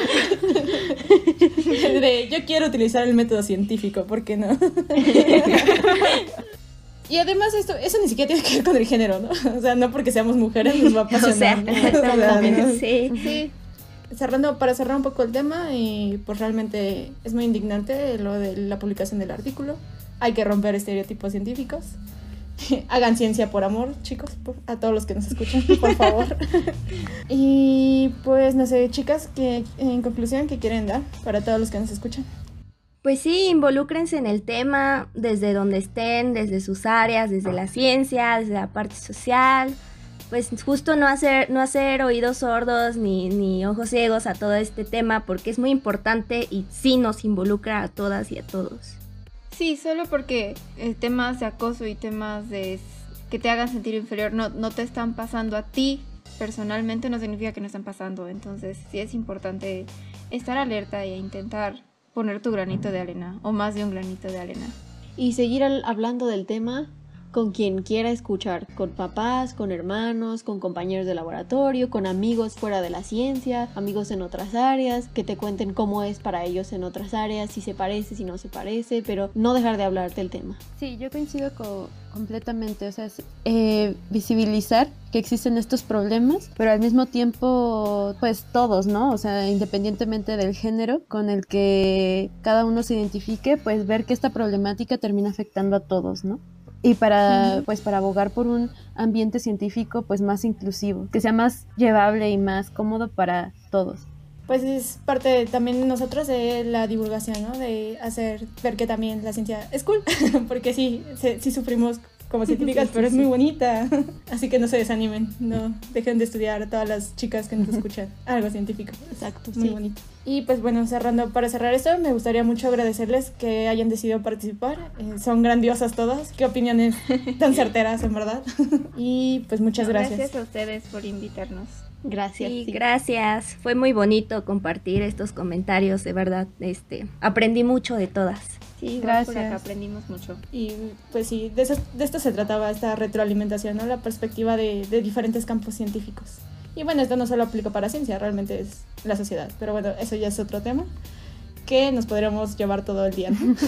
De, yo quiero utilizar el método científico, ¿por qué no? Y además esto, eso ni siquiera tiene que ver con el género, ¿no? O sea, no porque seamos mujeres nos va a apasionar. O sea, ¿no? Exactamente, ¿no? Sí. Sí. Cerrando, para cerrar un poco el tema, y pues realmente es muy indignante lo de la publicación del artículo. Hay que romper estereotipos científicos. hagan ciencia por amor, chicos, por, a todos los que nos escuchan, por favor. Y pues no sé, chicas, que en conclusión, ¿qué quieren dar para todos los que nos escuchan? Pues sí, involúcrense en el tema desde donde estén, desde sus áreas, desde la ciencia, desde la parte social. Pues justo no hacer, no hacer oídos sordos ni, ni ojos ciegos a todo este tema, porque es muy importante y sí nos involucra a todas y a todos. Sí, solo porque eh, temas de acoso y temas de que te hagan sentir inferior no, no te están pasando a ti personalmente, no significa que no están pasando. Entonces sí es importante estar alerta e intentar poner tu granito de arena, o más de un granito de arena. Y seguir al- hablando del tema con quien quiera escuchar, con papás, con hermanos, con compañeros de laboratorio, con amigos fuera de la ciencia, amigos en otras áreas, que te cuenten cómo es para ellos en otras áreas, si se parece, si no se parece, pero no dejar de hablar del tema. Sí, yo coincido co- completamente, o sea, es, eh, visibilizar que existen estos problemas, pero al mismo tiempo, pues todos, ¿no? O sea, independientemente del género con el que cada uno se identifique, pues ver que esta problemática termina afectando a todos, ¿no? Y para, pues para abogar por un ambiente científico pues más inclusivo, que sea más llevable y más cómodo para todos. Pues es parte también de nosotros de la divulgación, ¿no? De hacer ver que también la ciencia es cool, porque sí, se, sí sufrimos como científicas, sí, pero sí, es muy bonita. Así que no se desanimen, no dejen de estudiar a todas las chicas que nos escuchan algo científico. Exacto, muy sí. bonito. Y pues bueno, cerrando, para cerrar esto, me gustaría mucho agradecerles que hayan decidido participar. Eh, son grandiosas todas. Qué opiniones tan certeras, en verdad. Y pues muchas gracias. Gracias a ustedes por invitarnos. Gracias. Sí, sí. gracias. Fue muy bonito compartir estos comentarios, de verdad. Este, aprendí mucho de todas. Sí, igual Gracias. por acá aprendimos mucho. Y pues sí, de, eso, de esto se trataba esta retroalimentación, ¿no? La perspectiva de, de diferentes campos científicos. Y bueno, esto no solo aplica para ciencia, realmente es la sociedad. Pero bueno, eso ya es otro tema que nos podríamos llevar todo el día, ¿no?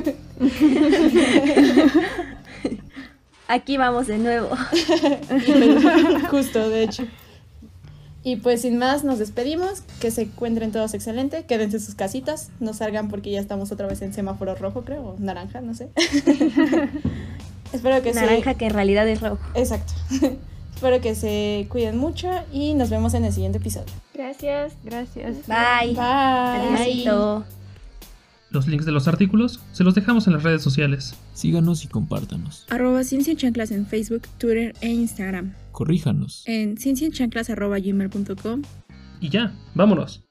Aquí vamos de nuevo. Y pues, justo, de hecho. Y pues sin más nos despedimos, que se encuentren todos excelente, quédense en sus casitas, no salgan porque ya estamos otra vez en semáforo rojo, creo, o naranja, no sé. Espero que Naranja se... que en realidad es rojo. Exacto. Espero que se cuiden mucho y nos vemos en el siguiente episodio. Gracias. Gracias. Bye. Bye. Adiósito. Los links de los artículos se los dejamos en las redes sociales. Síganos y compártanos. Arroba Ciencia en Chanclas en Facebook, Twitter e Instagram. Corríjanos. En cienciaenchanclas arroba gmail punto com. Y ya, vámonos.